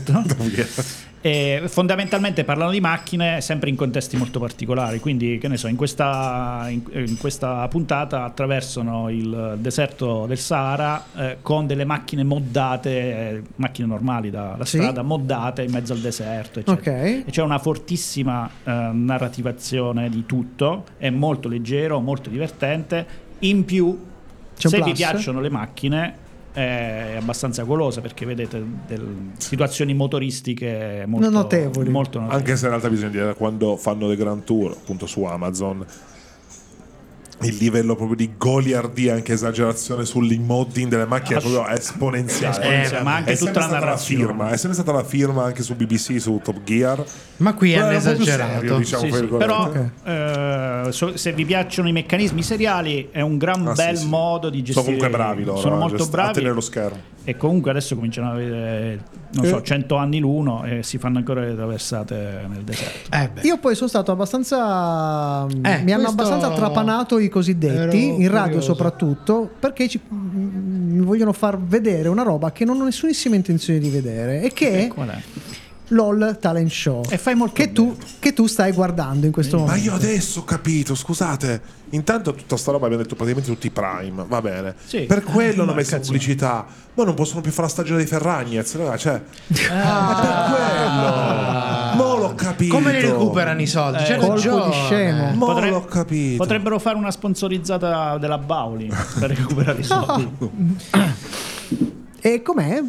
e fondamentalmente parlano di macchine sempre in contesti molto particolari, quindi che ne so, in questa puntata attraversano il deserto del Sahara con delle macchine moddate, macchine normali da strada moddate in mezzo al deserto, eccetera. E c'è una fortissima narrativazione di tutto, è molto leggero, molto divertente. In più, se vi piacciono le macchine, è abbastanza golosa, perché vedete situazioni motoristiche molto notevoli. Anche se in realtà bisogna dire, quando fanno le Grand Tour appunto su Amazon, il livello proprio di goliardia, anche esagerazione sull'immodding delle macchine è proprio esponenziale. Ma anche tutta la narrazione. È sempre stata la firma anche su BBC, su Top Gear. Ma qui hanno esagerato. Serio, diciamo, però se vi piacciono i meccanismi seriali, è un gran bel modo di gestire. Sono comunque bravi loro. Sono molto bravi a tenere lo schermo. E comunque adesso cominciano a avere 100 anni l'uno e si fanno ancora le traversate nel deserto. Io poi sono stato abbastanza mi hanno abbastanza trapanato i cosiddetti in radio, soprattutto perché mi vogliono far vedere una roba che non ho nessunissima intenzione di vedere, e che qual è? LOL Talent Show, e fai molto che tu stai guardando in questo momento. Ma io adesso ho capito, scusate. Intanto tutta sta roba abbiamo detto praticamente tutti Prime, va bene. Per quello hanno messo pubblicità. Ma non possono più fare la stagione dei Ferragnez, cioè. Per quello. Mo l'ho capito. Come li recuperano i soldi? Colpo di scemo. Mo l'ho capito. Potrebbero fare una sponsorizzata della Bauli per recuperare i soldi. E com'è?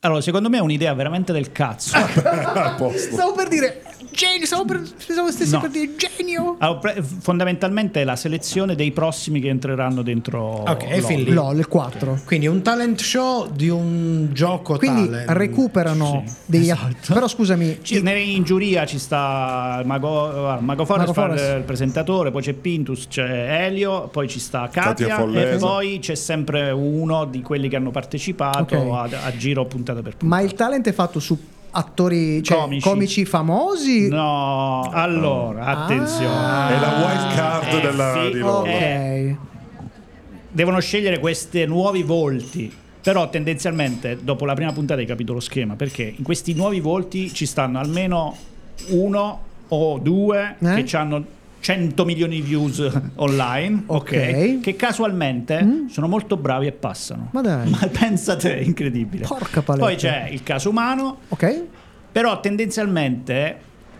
Allora, secondo me è un'idea veramente del cazzo. A posto. Stavo per dire genio, pensavo stessi No. per dire genio. Allora, fondamentalmente è la selezione dei prossimi che entreranno dentro Ok, è LOL. fin lì. LOL 4. Quindi un talent show di un gioco Quindi tale. recuperano degli però scusami, In giuria ci sta Mago Forest, Forest. il presentatore, poi c'è Pintus, c'è Elio, poi ci sta Katia Katia Follese. e poi c'è sempre uno di quelli che hanno partecipato Ok. a giro puntata per puntata. ma il talent è fatto su attori, cioè comici famosi? No, allora, attenzione. È la wild card di LOL. Ok. Devono scegliere questi nuovi volti. Però tendenzialmente dopo la prima puntata hai capito lo schema, perché in questi nuovi volti ci stanno almeno uno o due che hanno 100 milioni di views online, ok? Che casualmente sono molto bravi e passano. Ma dai. Ma pensa te, incredibile. Porca paletta. Poi c'è il caso umano, Ok. però tendenzialmente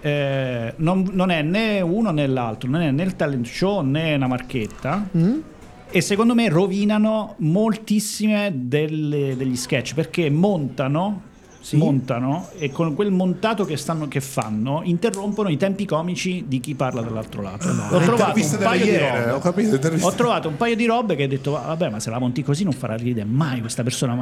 non è né uno né l'altro, non è né il talent show né una marchetta. E secondo me rovinano moltissime degli sketch, perché montano e con quel montato che fanno interrompono i tempi comici di chi parla dall'altro lato. Ho trovato un paio di robe. Ho trovato un paio di robe che ho detto vabbè, ma se la monti così non farà ridere mai questa persona,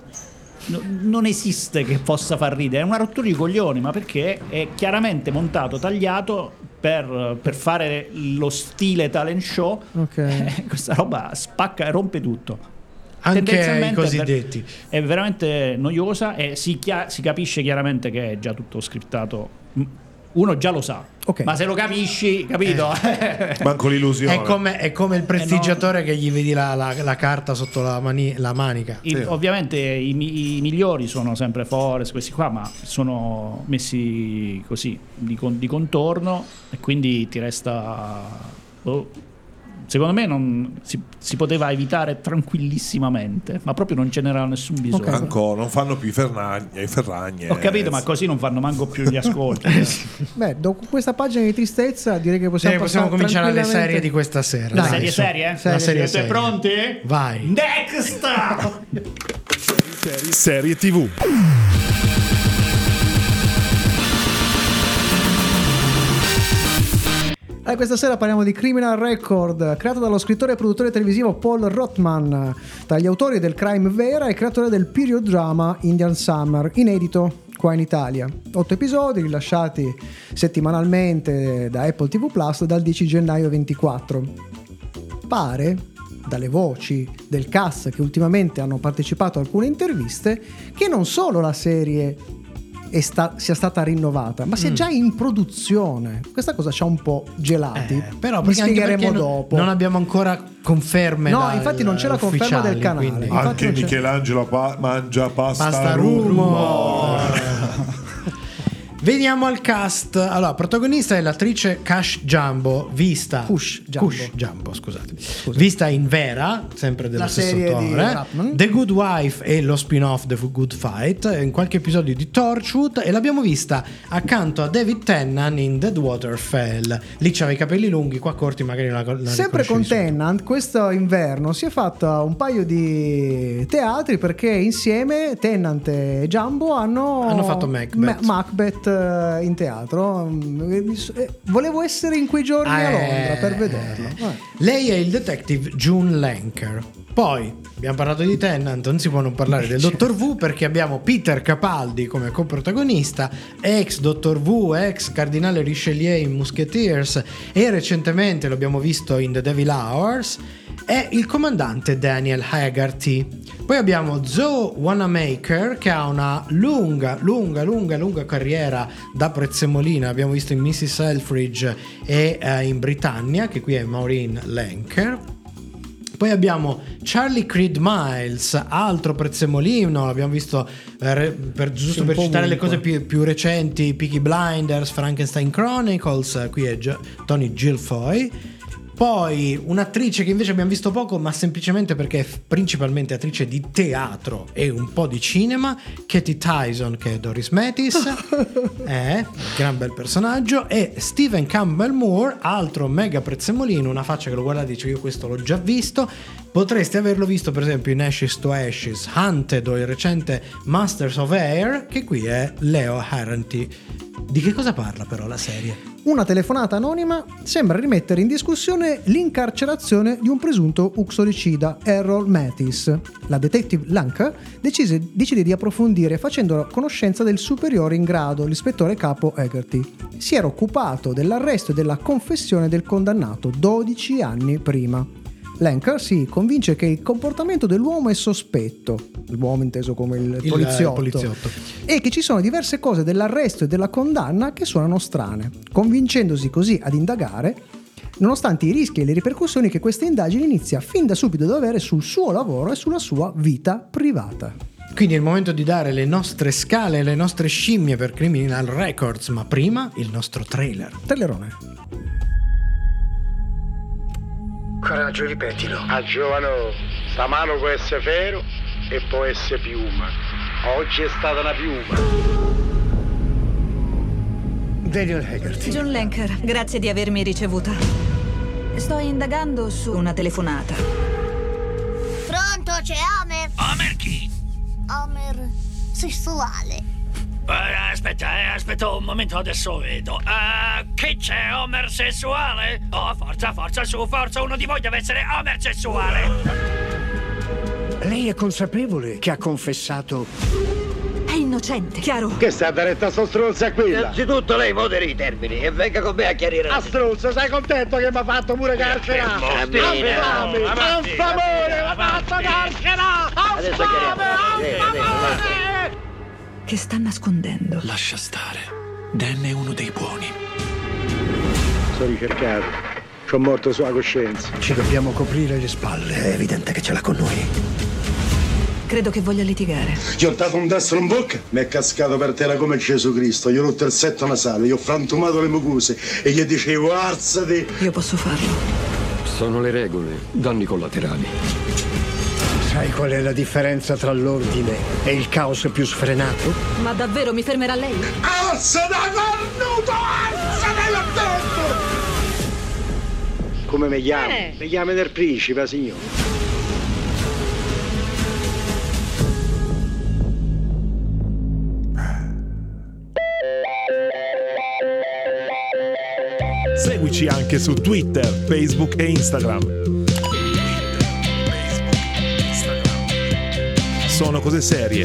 non esiste che possa far ridere, è una rottura di coglioni, ma perché è chiaramente montato, tagliato per fare lo stile talent show. Questa roba spacca e rompe tutto. Anche i cosiddetti. È veramente noiosa e si capisce chiaramente che è già tutto scriptato. Uno già lo sa, ma se lo capisci, capito? Manco l'illusione. È come il prestigiatore che gli vedi la carta sotto la manica. Ovviamente i migliori sono sempre Forest, questi qua, ma sono messi così di contorno e quindi ti resta. Secondo me si poteva evitare tranquillissimamente, ma proprio non ce n'era nessun bisogno. Ancora, non fanno più i Ferragne. Ho capito, ma così non fanno manco più gli ascolti. Beh, dopo questa pagina di tristezza direi che possiamo cominciare alle tranquillamente serie di questa sera. Dai, serie? Serie. Siete pronti? Vai. Next! Serie TV. Questa sera parliamo di Criminal Record, creato dallo scrittore e produttore televisivo Paul Rothman, tra gli autori del crime vera e creatore del period drama Indian Summer, inedito qua in Italia. 8 episodi rilasciati settimanalmente da Apple TV Plus dal 10 gennaio 24. Pare, dalle voci del cast che ultimamente hanno partecipato a alcune interviste, che non solo la serie sia stata rinnovata, ma sia già in produzione. Questa cosa ci ha un po' gelati, però vi spiegheremo dopo. Non abbiamo ancora conferme. No, infatti non c'è la conferma del canale. Quindi. Anche Michelangelo mangia pasta rumor. Veniamo al cast. Allora, protagonista è l'attrice Kush Jumbo, vista in Vera, sempre dello la stesso serie autore, di Ratman. The Good Wife e lo spin-off The Good Fight, in qualche episodio di Torchwood, e l'abbiamo vista accanto a David Tennant in Deadwater Fell. Lì c'aveva i capelli lunghi, qua corti, magari la sempre con riconoscevi Tennant. Questo inverno si è fatta un paio di teatri, perché insieme Tennant e Jumbo hanno fatto Macbeth in teatro. Volevo essere in quei giorni a Londra per vederlo. Lei è il detective June Lanker. Poi abbiamo parlato di Tennant, non si può non parlare del Dottor Who, perché abbiamo Peter Capaldi come coprotagonista, ex Dottor Who, ex Cardinale Richelieu in Musketeers, e recentemente l'abbiamo visto in The Devil Hours, è il comandante Daniel Haggerty. Poi abbiamo Zoe Wanamaker, che ha una lunga carriera da prezzemolina. Abbiamo visto in Mrs. Selfridge e in Britannia, che qui è Maureen Lanker. Poi abbiamo Charlie Creed Miles, altro prezzemolino, l'abbiamo visto per citare le cose più recenti, Peaky Blinders, Frankenstein Chronicles, qui è Tony Gilfoy. Poi un'attrice che invece abbiamo visto poco, ma semplicemente perché è principalmente attrice di teatro e un po' di cinema, Katie Tyson, che è Doris Metis, è un gran bel personaggio, e Stephen Campbell Moore, altro mega prezzemolino, una faccia che lo guarda e dice io questo l'ho già visto, potreste averlo visto per esempio in Ashes to Ashes, Hunted o il recente Masters of Air, che qui è Leo Harrington. Di che cosa parla però la serie? Una telefonata anonima sembra rimettere in discussione l'incarcerazione di un presunto uxoricida, Errol Mattis. La detective Lanka decide di approfondire facendo conoscenza del superiore in grado, l'ispettore capo Haggerty. Si era occupato dell'arresto e della confessione del condannato 12 anni prima. Lanka si convince che il comportamento dell'uomo è sospetto, l'uomo inteso come il poliziotto, e che ci sono diverse cose dell'arresto e della condanna che suonano strane, convincendosi così ad indagare, nonostante i rischi e le ripercussioni che questa indagine inizia fin da subito ad avere sul suo lavoro e sulla sua vita privata. Quindi è il momento di dare le nostre scale, le nostre scimmie per Criminal Records, ma prima il nostro trailerone. Coraggio, ripetilo. A giovano, sta mano può essere ferro e può essere piuma. Oggi è stata una piuma. Daniel Haggerty. John Lenker, grazie di avermi ricevuta. Sto indagando su una telefonata. Pronto, c'è Homer? Homer chi? Homer sessuale. Aspetta un momento, adesso vedo. Che c'è, Homer sessuale? Oh, forza, uno di voi deve essere Homer sessuale. Lei è consapevole che ha confessato? È innocente, chiaro? Che sta da retta sto stronza qui? Innanzitutto lei moderi i termini e venga con me a chiarire. A stronzo, sei contento che mi ha fatto pure carcera? Avanti, mi ha fatto carcera! Adesso chiariamo. Che sta nascondendo? Lascia stare. Dan è uno dei buoni. Sono ricercato. C'ho morto sulla coscienza. Ci dobbiamo coprire le spalle, è evidente che ce l'ha con noi. Credo che voglia litigare. Gli ho dato un destro in bocca, mi è cascato per terra come Gesù Cristo. Gli ho rotto il setto nasale, gli ho frantumato le mucose e gli dicevo alzati. Io posso farlo. Sono le regole, danni collaterali. Sai qual è la differenza tra l'ordine e il caos più sfrenato? Ma davvero mi fermerà lei? Alza da cornuto! Alza l'ho detto! Come mi chiamo? Mi chiami del principe, signore. Seguici anche su Twitter, Facebook e Instagram. Sono cose serie.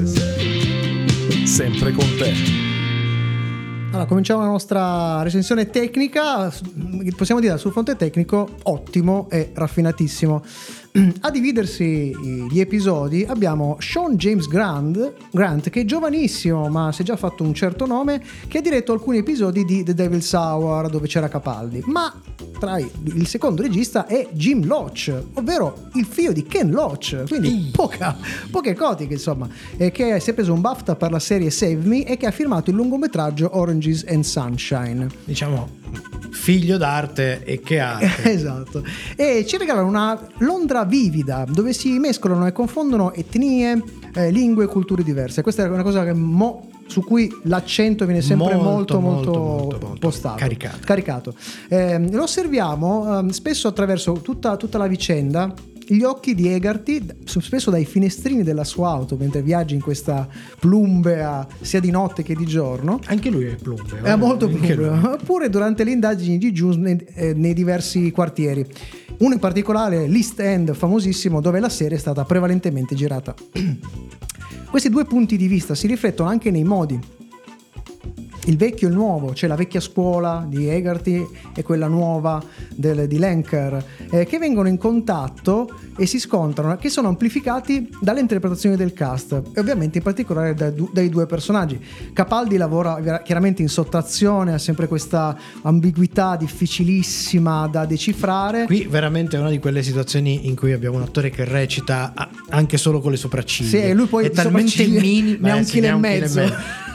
Sempre con te. Allora, cominciamo la nostra recensione tecnica. Possiamo dire sul fronte tecnico ottimo e raffinatissimo. A dividersi gli episodi abbiamo Sean James Grant, che è giovanissimo ma si è già fatto un certo nome, che ha diretto alcuni episodi di The Devil's Hour dove c'era Capaldi, ma il secondo regista è Jim Loach, ovvero il figlio di Ken Loach, quindi poche cotiche insomma, che si è preso un BAFTA per la serie Save Me e che ha firmato il lungometraggio Oranges and Sunshine. Diciamo figlio d'arte e che arte. Esatto. E ci regalano una Londra vivida dove si mescolano e confondono etnie, lingue e culture diverse. Questa è una cosa che su cui l'accento viene sempre molto postato, caricato. Lo osserviamo spesso attraverso tutta la vicenda. Gli occhi di Haggerty, spesso dai finestrini della sua auto mentre viaggia in questa plumbea sia di notte che di giorno. Anche lui è plumbeo. È molto plumbeo. Oppure durante le indagini di Jones nei diversi quartieri. Uno in particolare, l'East End, famosissimo, dove la serie è stata prevalentemente girata. Questi due punti di vista si riflettono anche nei modi. Il vecchio e il nuovo, cioè la vecchia scuola di Haggerty e quella nuova di Lenker, che vengono in contatto e si scontrano, che sono amplificati dalle interpretazioni del cast e ovviamente in particolare dai due personaggi. Capaldi lavora chiaramente in sottrazione, ha sempre questa ambiguità difficilissima da decifrare. Qui veramente è una di quelle situazioni in cui abbiamo un attore che recita anche solo con le sopracciglia. Sì, e lui poi è talmente minimo, ne ha un chilo e mezzo.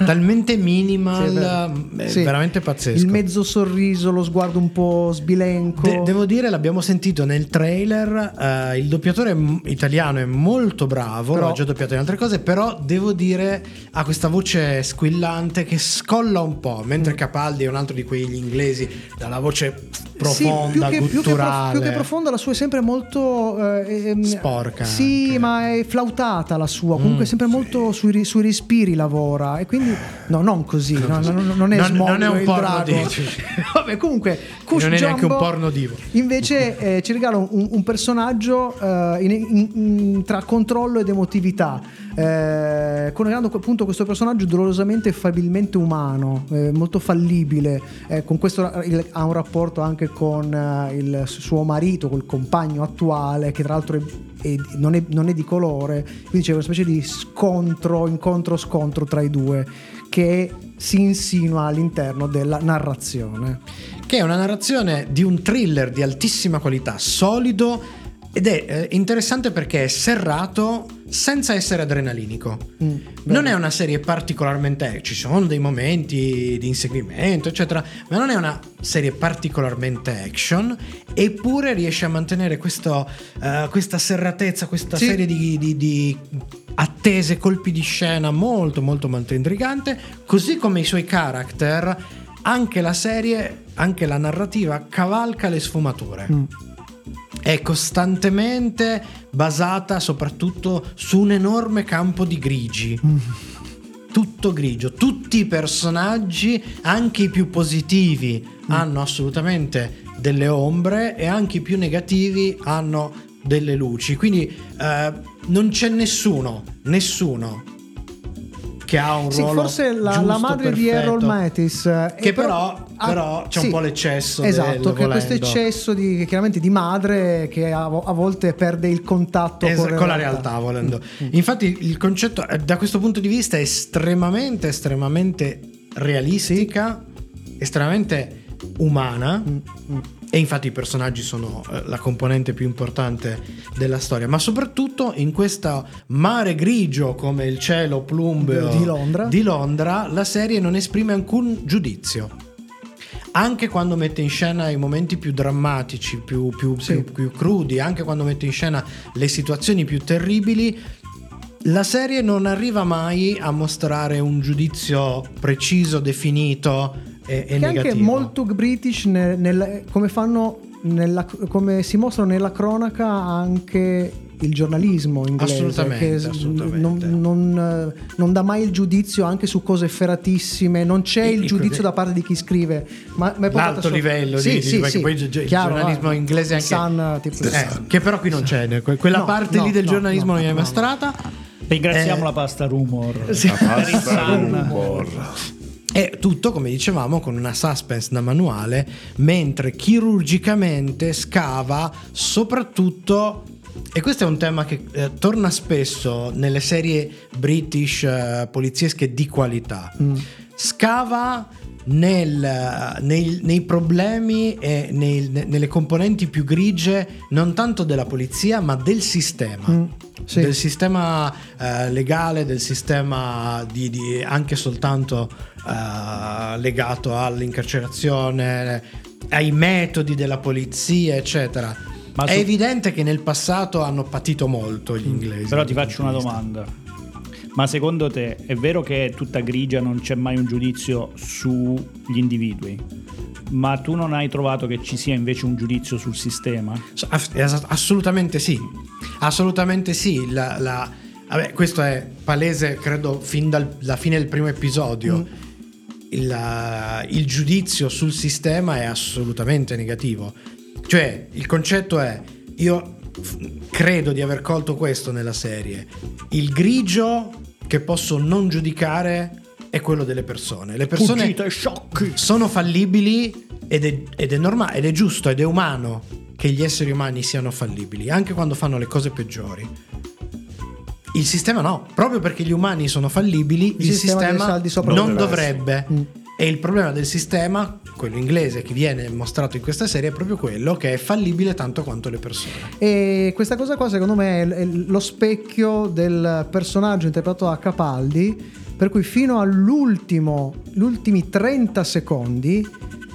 Talmente minimal, è veramente pazzesco. Il mezzo sorriso, lo sguardo un po' sbilenco, bianco. Devo dire, l'abbiamo sentito nel trailer, il doppiatore italiano è molto bravo, Però- l'ho già doppiato in altre cose, però devo dire ha questa voce squillante che scolla un po', mentre Capaldi è un altro di quegli inglesi dalla voce profonda, gutturale. Più che profonda, la sua è sempre molto sporca. Sì, ma è flautata la sua. Comunque è sempre molto sui respiri lavora. E quindi no, non così. No, non è Smollett, non è un il porno drago. dici. Vabbè, comunque Kush non è neanche un Jumbo porno divo. invece ci regala un personaggio tra controllo ed emotività, coniugando appunto questo personaggio dolorosamente e fabilmente umano, molto fallibile. Con questo ha un rapporto anche con il suo marito, col compagno attuale, che tra l'altro non è di colore, quindi c'è una specie di incontro-scontro tra i due che si insinua all'interno della narrazione, che è una narrazione di un thriller di altissima qualità, solido, ed è interessante perché è serrato senza essere adrenalinico. Non è una serie particolarmente, ci sono dei momenti di inseguimento eccetera, ma non è una serie particolarmente action, eppure riesce a mantenere questa serratezza, questa serie di attese, colpi di scena molto molto molto intrigante, così come i suoi character. Anche la serie, anche la narrativa cavalca le sfumature. È costantemente basata soprattutto su un enorme campo di grigi. Tutto grigio, tutti i personaggi, anche i più positivi, hanno assolutamente delle ombre, e anche i più negativi hanno delle luci. Quindi non c'è nessuno che ha un ruolo forse la madre di perfetto. Errol Matis, che però c'è un po' l'eccesso, esatto, che volendo. questo eccesso chiaramente di madre che a volte perde il contatto con la realtà, volendo. Infatti il concetto da questo punto di vista è estremamente realistica, estremamente umana, e infatti i personaggi sono la componente più importante della storia, ma soprattutto in questo mare grigio come il cielo plumbeo di Londra la serie non esprime alcun giudizio, anche quando mette in scena i momenti più drammatici, più crudi, anche quando mette in scena le situazioni più terribili. La serie non arriva mai a mostrare un giudizio preciso, definito e che è negativo. anche molto British come si mostra nella cronaca anche il giornalismo inglese, assolutamente. Non dà mai il giudizio anche su cose efferatissime, non c'è il giudizio da parte di chi scrive, ma è l'alto livello perché poi il giornalismo inglese anche Sun, tipo, che però qui non c'è quella parte lì del giornalismo non è mostrata. Ringraziamo la pasta rumor. La pasta rumor. E tutto, come dicevamo, con una suspense da manuale, mentre chirurgicamente scava soprattutto, e questo è un tema che torna spesso nelle serie British poliziesche di qualità, scava nei problemi e nelle componenti più grigie, non tanto della polizia ma del sistema. Del sistema legale, del sistema di anche soltanto legato all'incarcerazione, ai metodi della polizia eccetera. È evidente che nel passato hanno patito molto gli inglesi. Però ti faccio una domanda: ma secondo te è vero che è tutta grigia, non c'è mai un giudizio sugli individui, ma tu non hai trovato che ci sia invece un giudizio sul sistema? Assolutamente sì, assolutamente sì. Vabbè, questo è palese, credo, fin dalla fine del primo episodio. Il giudizio sul sistema è assolutamente negativo. Cioè, il concetto è, io credo di aver colto questo nella serie: il grigio che posso non giudicare è quello delle persone. Le persone sono fallibili ed è normale, ed è giusto, ed è umano che gli esseri umani siano fallibili, anche quando fanno le cose peggiori. Il sistema no, proprio perché gli umani sono fallibili, il sistema non dovrebbe. E il problema del sistema, quello inglese che viene mostrato in questa serie, è proprio quello che è fallibile tanto quanto le persone. E questa cosa qua secondo me è lo specchio del personaggio interpretato da Capaldi, per cui fino agli ultimi 30 secondi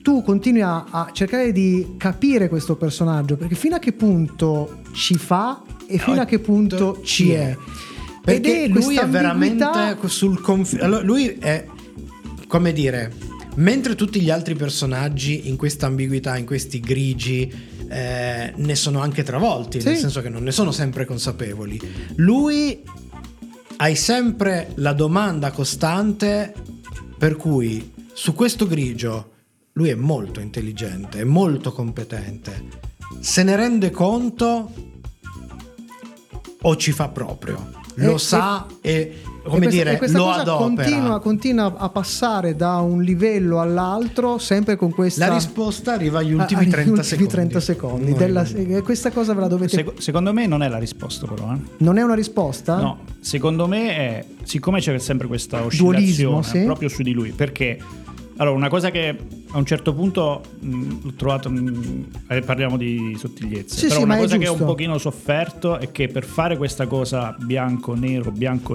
tu continui a cercare di capire questo personaggio, perché fino a che punto ci fa e fino a che punto ci è. Perché lui è veramente sul confine. Allora, lui è, come dire, mentre tutti gli altri personaggi in questa ambiguità, in questi grigi, ne sono anche travolti, nel senso che non ne sono sempre consapevoli. Lui hai sempre la domanda costante per cui su questo grigio lui è molto intelligente, è molto competente, se ne rende conto o ci fa proprio? Lo sa e come dire, lo adopera. Continua a passare da un livello all'altro sempre con questa. La risposta arriva agli ultimi 30 secondi. Questa cosa ve la dovete. Secondo me non è la risposta, però. Non è una risposta? No, secondo me è, siccome c'è sempre questa oscillazione proprio su di lui, perché allora una cosa che a un certo punto l'ho trovato, parliamo di sottigliezze, però una cosa che ho un pochino sofferto è che per fare questa cosa bianco nero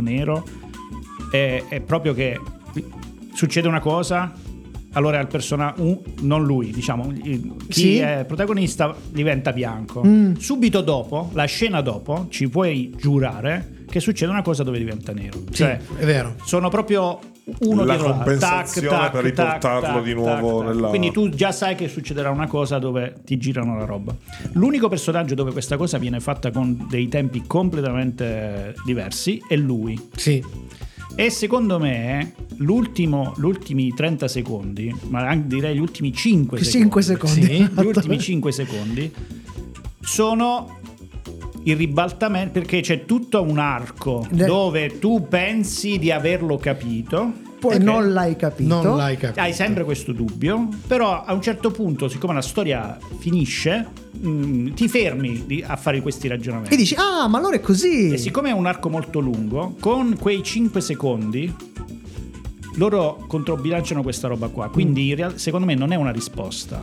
è proprio che succede una cosa, allora il personaggio, non lui, diciamo chi è protagonista diventa bianco. Subito dopo, la scena dopo, ci puoi giurare che succede una cosa dove diventa nero. Cioè, è vero. Sono proprio uno la dietro compensazione per riportarlo di nuovo nella. Quindi tu già sai che succederà una cosa dove ti girano la roba. L'unico personaggio dove questa cosa viene fatta con dei tempi completamente diversi è lui. Sì. E secondo me ultimi 30 secondi, ma anche direi gli ultimi 5 secondi. Sì, gli ultimi 5 secondi sono il ribaltamento, perché c'è tutto un arco dove tu pensi di averlo capito, poi non l'hai capito. Hai sempre questo dubbio, però a un certo punto, siccome la storia finisce, ti fermi a fare questi ragionamenti e dici ma allora è così. E siccome è un arco molto lungo, con quei 5 secondi loro controbilanciano questa roba qua, quindi secondo me non è una risposta,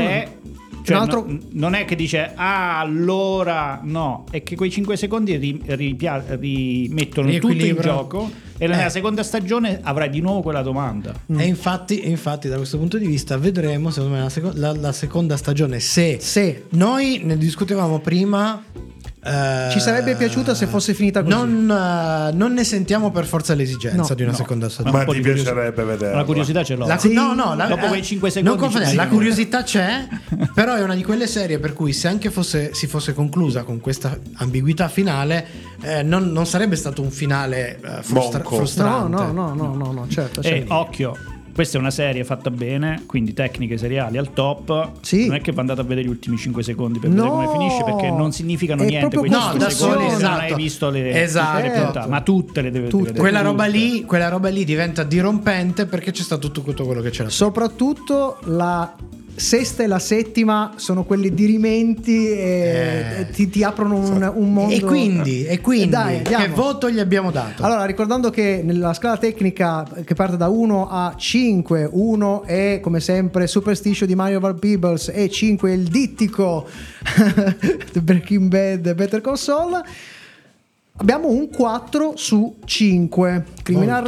non è che dice allora no, è che quei 5 secondi rimettono tutto in gioco e nella seconda stagione avrai di nuovo quella domanda. E infatti da questo punto di vista vedremo secondo me la seconda stagione, se noi ne discutevamo prima, ci sarebbe piaciuta se fosse finita così. Non ne sentiamo per forza l'esigenza di una seconda stagione. Ma ti piacerebbe vedere? La curiosità ce l'ho. Dopo quei 5 secondi la curiosità c'è, però è una di quelle serie per cui se anche si fosse conclusa con questa ambiguità finale, non sarebbe stato un finale frustrante. No, certo. Occhio, questa è una serie fatta bene, quindi tecniche seriali al top. Non è che va andate a vedere gli ultimi 5 secondi per vedere come finisce, perché non significano niente quei 5 secondi se non hai visto le puntate, ma tutte le deve vedere. Quella roba lì diventa dirompente perché c'è stato tutto quello che c'era. Soprattutto la sesta e la settima sono quelli dirimenti e ti aprono un mondo. E quindi dai, che voto gli abbiamo dato? Allora, ricordando che nella scala tecnica che parte da 1 a 5, 1 è come sempre Superstition di Mario Van Peebles e 5 è il dittico The Breaking Bad Better Call Saul, abbiamo un 4 su 5. Criminal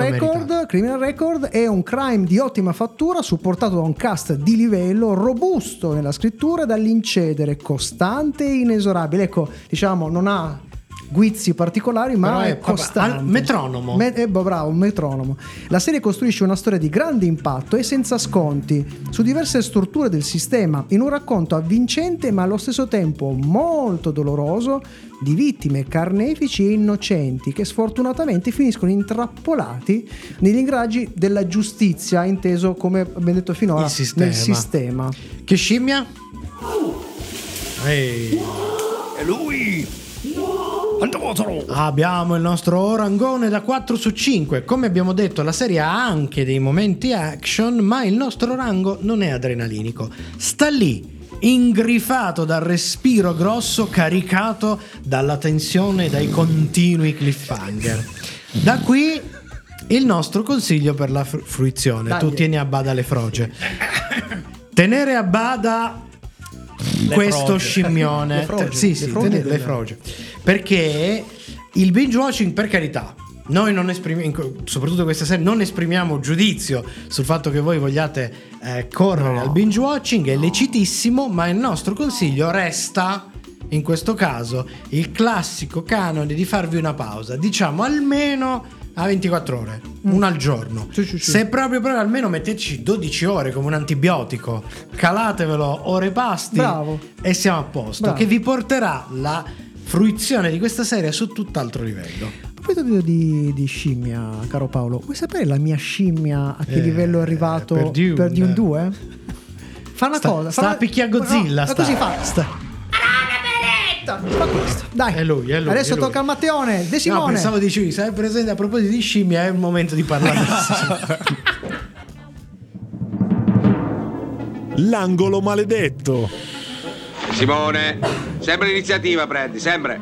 Record è un crime di ottima fattura, supportato da un cast di livello, robusto nella scrittura, dall'incedere costante e inesorabile. Ecco, diciamo, non ha guizzi particolari, ma è costante. Metronomo. Bravo, un metronomo. La serie costruisce una storia di grande impatto e senza sconti su diverse strutture del sistema, in un racconto avvincente ma allo stesso tempo molto doloroso di vittime, carnefici e innocenti che sfortunatamente finiscono intrappolati negli ingranaggi della giustizia, inteso come abbiamo detto finora nel sistema. Che scimmia? È lui! Abbiamo il nostro orangone da 4 su 5. Come abbiamo detto, la serie ha anche dei momenti action, ma il nostro orango non è adrenalinico. Sta lì, ingrifato dal respiro grosso, caricato dalla tensione e dai continui cliffhanger. Da qui il nostro consiglio per la fruizione. Tu tieni a bada le froge. Tenere a bada questo scimmione. Le froge. Perché il binge watching, per carità, noi non esprimiamo, soprattutto questa serie, non esprimiamo giudizio sul fatto che voi vogliate correre al binge watching, è lecitissimo, ma il nostro consiglio resta in questo caso il classico canone di farvi una pausa, diciamo almeno a 24 ore, una al giorno. Sì. Se proprio almeno metteteci 12 ore come un antibiotico, calatevelo ore pasti. Bravo. E siamo a posto. Bravo. Che vi porterà la fruizione di questa serie su tutt'altro livello. A proposito di scimmia, caro Paolo, vuoi sapere la mia scimmia a che livello è arrivato per Dune 2? Fa una cosa. Sta a picchiare Godzilla. No, così fa. Fa questo. Dai, è lui. adesso è lui. tocca al Matteone. De Simone. No, pensavo dicevi, sai presente, a proposito di scimmia, è il momento di parlare. L'angolo maledetto. Simone, sempre l'iniziativa prendi, sempre.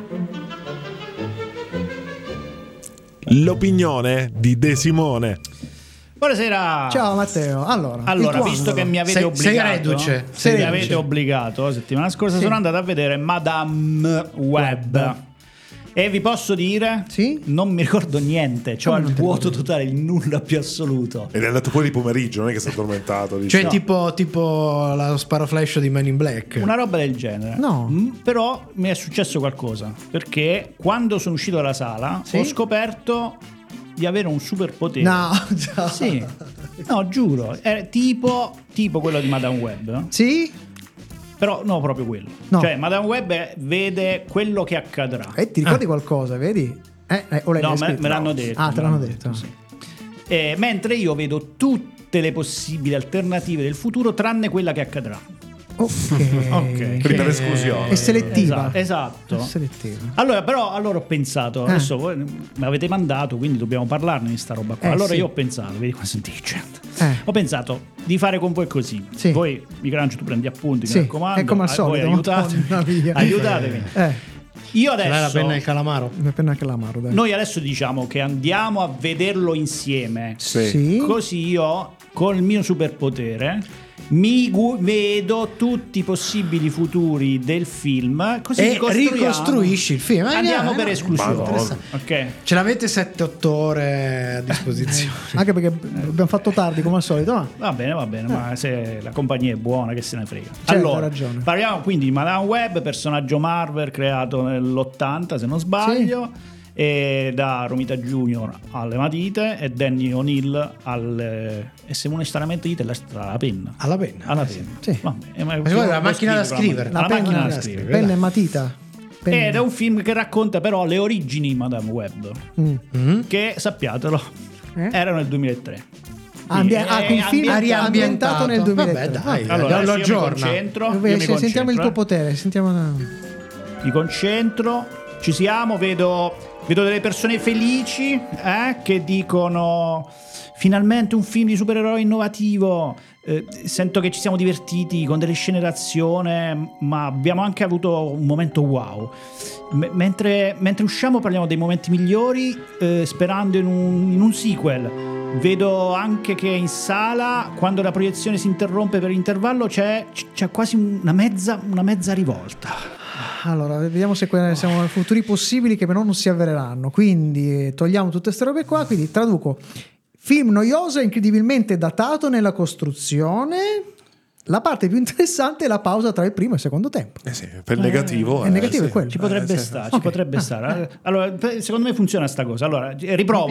L'opinione di De Simone. Buonasera. Ciao Matteo. Allora, visto che mi avete obbligato, settimana scorsa sono andato a vedere Madame Web. E vi posso dire, non mi ricordo niente, cioè il vuoto totale, il nulla più assoluto. Ed è andato fuori di pomeriggio, non è che si è addormentato. Cioè tipo la sparaflash di Men in Black. Una roba del genere. No. Però mi è successo qualcosa, perché quando sono uscito dalla sala ho scoperto di avere un superpotere. No, sì. No, giuro, è tipo quello di Madame Web. Sì? Però no, proprio quello. No. Cioè Madame Web vede quello che accadrà. Ti ricordi qualcosa, vedi? O l'hai no, scritto? me l'hanno detto. Ah, te l'hanno detto. Sì. Mentre io vedo tutte le possibili alternative del futuro tranne quella che accadrà. Ok. Per esclusione. È selettiva. Esatto. È selettiva. Allora ho pensato, adesso voi mi avete mandato, quindi dobbiamo parlarne di sta roba qua. Allora io ho pensato, vedi cosa senti dicendo. Ho pensato di fare con voi così. Voi, Michelangelo, tu prendi appunti, mi raccomando. È come al solito. Voi aiutatemi. Io adesso la penna al calamaro. La penna al calamaro, dai. Noi adesso diciamo che andiamo a vederlo insieme. Sì. Così io col mio superpotere vedo tutti i possibili futuri del film, così e ricostruisci il film. Andiamo per esclusione. Ok. Ce l'avete 7-8 ore a disposizione. Anche perché abbiamo fatto tardi come al solito. Ma... Va bene, ma se la compagnia è buona, che se ne frega. Certo, allora, hai ragione. parliamo quindi di Madame Web, personaggio Marvel creato nell'80, se non sbaglio. Sì. E da Romita Junior alle matite e Danny O'Neill e se uno stranamente dite la penna. Alla penna. Sì. Vabbè, la macchina da scrivere. La macchina da scrivere. Penna e matita. Ed è un film che racconta però le origini di Madame Web, che sappiatelo erano nel 2003. Il film è riambientato nel 2003. Vabbè, dai, allora lo aggiorno. Sentiamo il tuo potere. Mi concentro. Ci siamo, vedo delle persone felici che dicono finalmente un film di supereroi innovativo. Sento che ci siamo divertiti con delle scene d'azione, ma abbiamo anche avuto un momento wow. Mentre usciamo parliamo dei momenti migliori, sperando in un sequel. Vedo anche che in sala, quando la proiezione si interrompe per intervallo, c'è quasi una mezza rivolta. Allora, vediamo se siamo futuri possibili che però non si avvereranno. Quindi togliamo tutte queste robe qua. Quindi traduco: film noioso e incredibilmente datato nella costruzione. La parte più interessante è la pausa tra il primo e il secondo tempo. Sì, per il negativo. Il negativo è quello. Ci potrebbe stare, ci potrebbe stare. Allora, secondo me funziona sta cosa. Allora, riprovo.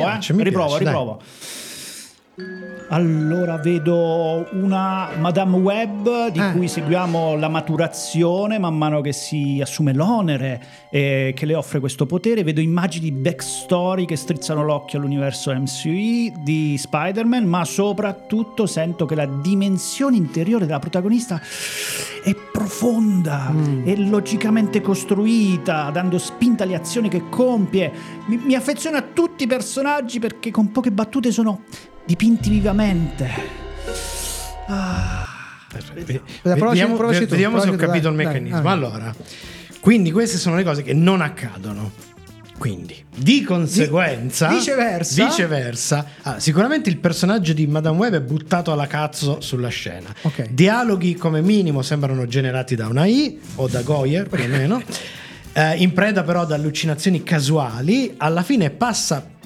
Allora vedo una Madame Web di cui seguiamo la maturazione man mano che si assume l'onere che le offre questo potere. Vedo immagini di backstory che strizzano l'occhio all'universo MCU di Spider-Man, ma soprattutto sento che la dimensione interiore della protagonista è profonda e logicamente costruita, dando spinta alle azioni che compie. Mi affeziono a tutti i personaggi perché con poche battute sono dipinti vivamente. Vediamo se ho capito il meccanismo. Allora, quindi queste sono le cose che non accadono. Quindi, di conseguenza, viceversa, sicuramente il personaggio di Madame Web è buttato alla cazzo sulla scena. Dialoghi come minimo sembrano generati da una AI o da Goyer, più o meno. In preda però ad allucinazioni casuali, alla fine passa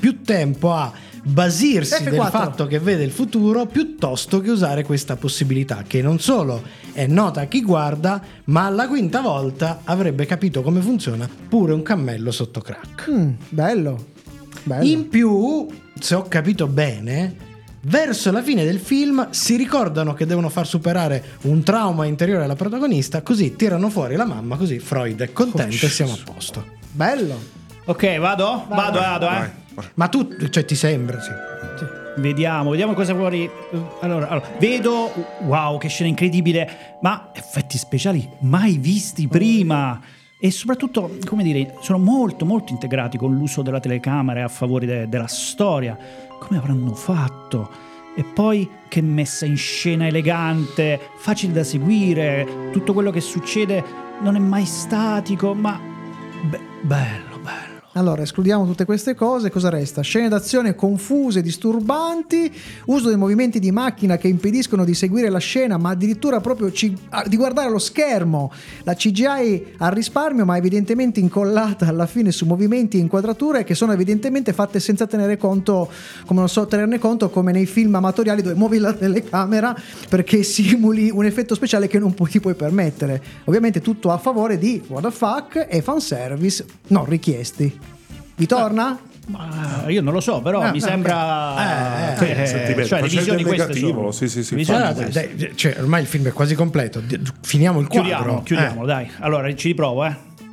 più tempo a basirsi del F4. fatto che vede il futuro piuttosto che usare questa possibilità, che non solo è nota a chi guarda, ma alla quinta volta avrebbe capito come funziona pure un cammello sotto crack. Bello. In più, se ho capito bene, verso la fine del film si ricordano che devono far superare un trauma interiore alla protagonista, così tirano fuori la mamma, così Freud è contento e siamo a posto. Bello. Ok, vado? Vado. Ma tu, cioè, ti sembra, sì. Vediamo cosa fuori. Allora, vedo. Wow, che scena incredibile! Ma effetti speciali mai visti prima. E soprattutto, come dire, sono molto molto integrati con l'uso della telecamera a favore della storia. Come avranno fatto? E poi che messa in scena elegante, facile da seguire. Tutto quello che succede non è mai statico, ma bello. Allora, escludiamo tutte queste cose, cosa resta? Scene d'azione confuse, disturbanti, uso dei movimenti di macchina che impediscono di seguire la scena, ma addirittura proprio di guardare lo schermo. La CGI al risparmio, ma evidentemente incollata alla fine su movimenti e inquadrature che sono evidentemente fatte senza tenerne conto come nei film amatoriali dove muovi la telecamera perché simuli un effetto speciale che non ti puoi permettere. Ovviamente tutto a favore di what the fuck e fanservice non richiesti. Vi torna? Io non lo so, però mi sembra cioè le visioni queste sono. Sì. Cioè, ormai il film è quasi completo. Finiamo il quadro. Chiudiamo, dai. Allora ci riprovo,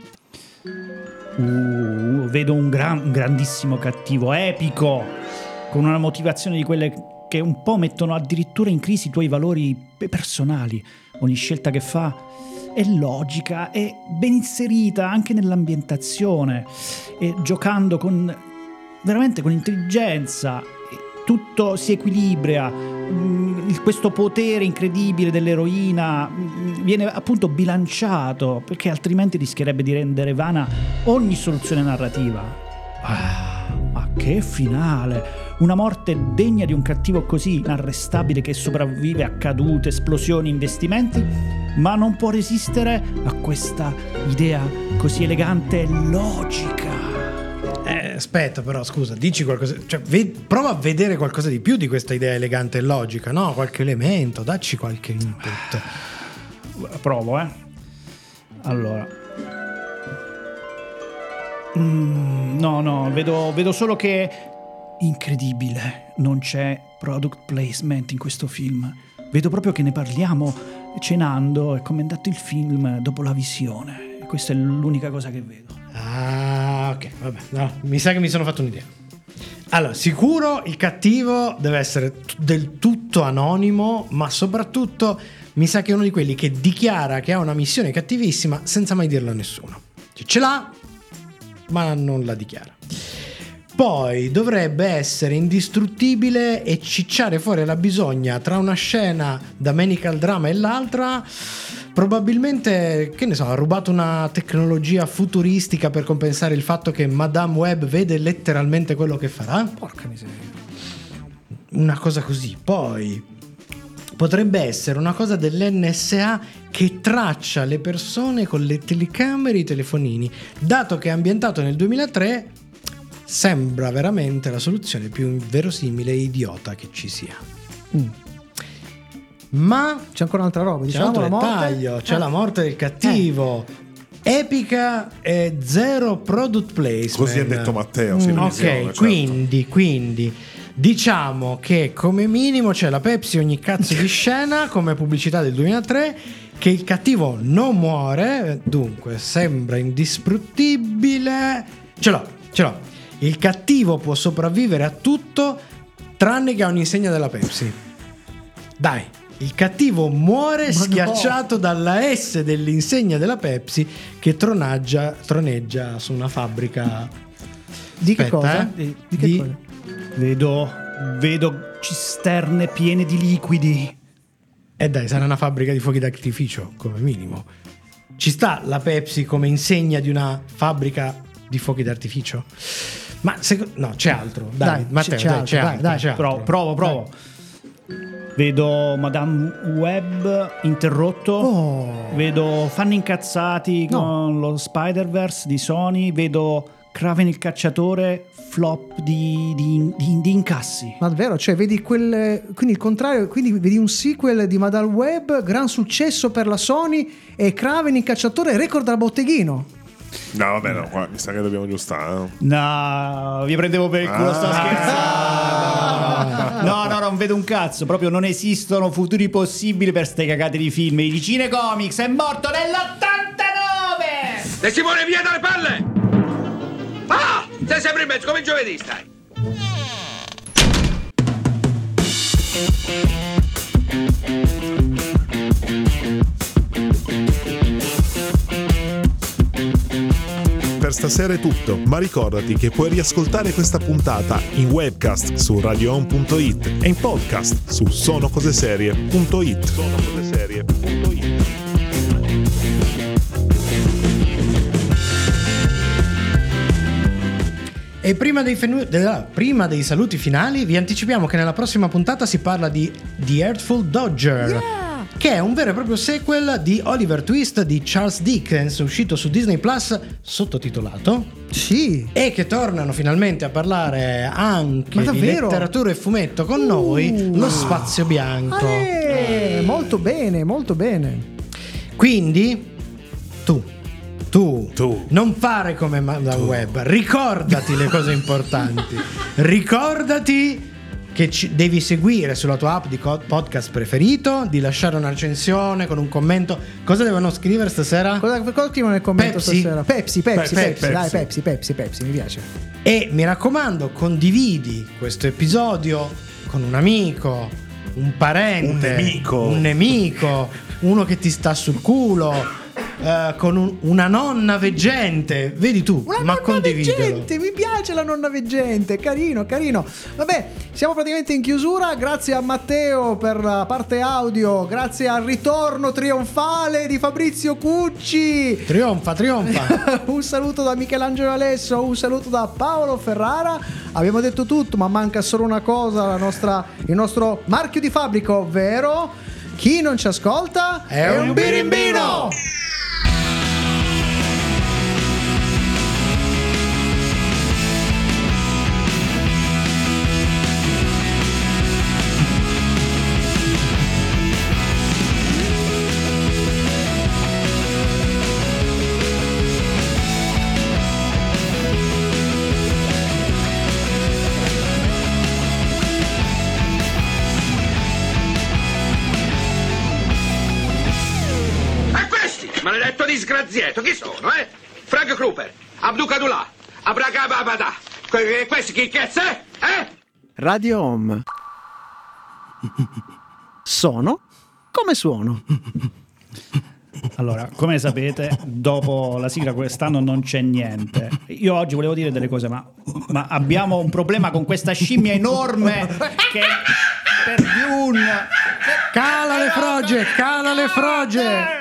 vedo un grandissimo cattivo epico con una motivazione di quelle che un po' mettono addirittura in crisi i tuoi valori personali. Ogni scelta che fa è logica, è ben inserita anche nell'ambientazione, e giocando veramente con intelligenza, tutto si equilibra, questo potere incredibile dell'eroina viene appunto bilanciato, perché altrimenti rischierebbe di rendere vana ogni soluzione narrativa. Ma che finale! Una morte degna di un cattivo così inarrestabile che sopravvive a cadute, esplosioni, investimenti, ma non può resistere a questa idea così elegante e logica. Aspetta, però, scusa, dici qualcosa. Cioè, prova a vedere qualcosa di più di questa idea elegante e logica, no? Qualche elemento, dacci qualche input. Provo, Allora. No, vedo solo che incredibile, non c'è product placement in questo film. Vedo proprio che ne parliamo cenando e come è andato il film dopo la visione. Questa è l'unica cosa che vedo. Ok, vabbè, no, mi sa che mi sono fatto un'idea. Allora, sicuro il cattivo deve essere del tutto anonimo, ma soprattutto mi sa che è uno di quelli che dichiara che ha una missione cattivissima senza mai dirlo a nessuno. Cioè, ce l'ha, ma non la dichiara. Poi dovrebbe essere indistruttibile e cicciare fuori la bisogna tra una scena da medical drama e l'altra. Probabilmente, che ne so, ha rubato una tecnologia futuristica per compensare il fatto che Madame Web vede letteralmente quello che farà. Porca miseria. Una cosa così. Poi potrebbe essere una cosa dell'NSA che traccia le persone con le telecamere e i telefonini. Dato che è ambientato nel 2003, sembra veramente la soluzione più verosimile e idiota che ci sia. Ma c'è ancora un'altra roba, diciamo, c'è un altro la morte. dettaglio, c'è la morte del cattivo. Epica e zero product placement. Così ha detto Matteo. Ok, quindi diciamo che come minimo c'è la Pepsi ogni cazzo di scena come pubblicità del 2003, che il cattivo non muore, dunque sembra indistruttibile. Ce l'ho. Il cattivo può sopravvivere a tutto tranne che a un'insegna della Pepsi. Dai, il cattivo muore schiacciato dalla S dell'insegna della Pepsi che troneggia su una fabbrica. Di che cosa? Di che cosa? Vedo cisterne piene di liquidi. Dai, sarà una fabbrica di fuochi d'artificio, come minimo. Ci sta la Pepsi come insegna di una fabbrica di fuochi d'artificio? Ma no, c'è altro. Dai, Matteo, c'è altro. Provo. Dai. Vedo Madame Web interrotto. Vedo fanno incazzati con lo Spider-Verse di Sony. Vedo Kraven il cacciatore, flop di incassi. Ma davvero? Cioè vedi quindi il contrario, quindi vedi un sequel di Madal Web, gran successo per la Sony, e Kraven il cacciatore, record da botteghino. No, vabbè, no, qua mi sa che dobbiamo aggiustare. No, vi prendevo per il culo, sto scherzando. No, non vedo un cazzo. Proprio non esistono futuri possibili per ste cagate di film. Il Cinecomics è morto nell'89. E Simone, via dalle palle! Ah! Sei sempre in mezzo, come giovedì stai. Per stasera è tutto, ma ricordati che puoi riascoltare questa puntata in webcast su radioon.it e in podcast su sonocoseserie.it. E prima dei saluti finali vi anticipiamo che nella prossima puntata si parla di The Artful Dodger, che è un vero e proprio sequel di Oliver Twist di Charles Dickens, uscito su Disney Plus, sottotitolato. Sì. E che tornano finalmente a parlare anche di letteratura e fumetto con noi, lo Spazio Bianco. Molto bene, molto bene. Quindi tu non fare come Madame Web, ricordati le cose importanti, ricordati che devi seguire sulla tua app di podcast preferito, di lasciare una recensione con un commento. Cosa devono scrivere stasera? Cosa scrivono nel commento stasera? Pepsi, dai, Pepsi, mi piace. E mi raccomando, condividi questo episodio con un amico, un parente, un nemico, uno che ti sta sul culo, con una nonna veggente, vedi tu, ma condividilo. Veggente, mi piace la nonna veggente, carino. Vabbè, siamo praticamente in chiusura. Grazie a Matteo per la parte audio, grazie al ritorno trionfale di Fabrizio Cucci. Trionfa. Un saluto da Michelangelo Alesso, un saluto da Paolo Ferrara. Abbiamo detto tutto, ma manca solo una cosa, il nostro marchio di fabbrica, ovvero chi non ci ascolta è un birimbino. Maledetto disgraziato, chi sono, eh? Frank Kruper, Abdukadullah, Abracababada. Questi chi cazzo è? Radio Home. Sono come suono. Allora, come sapete, dopo la sigla quest'anno non c'è niente. Io oggi volevo dire delle cose, ma abbiamo un problema con questa scimmia enorme che per di un... Cala le froge!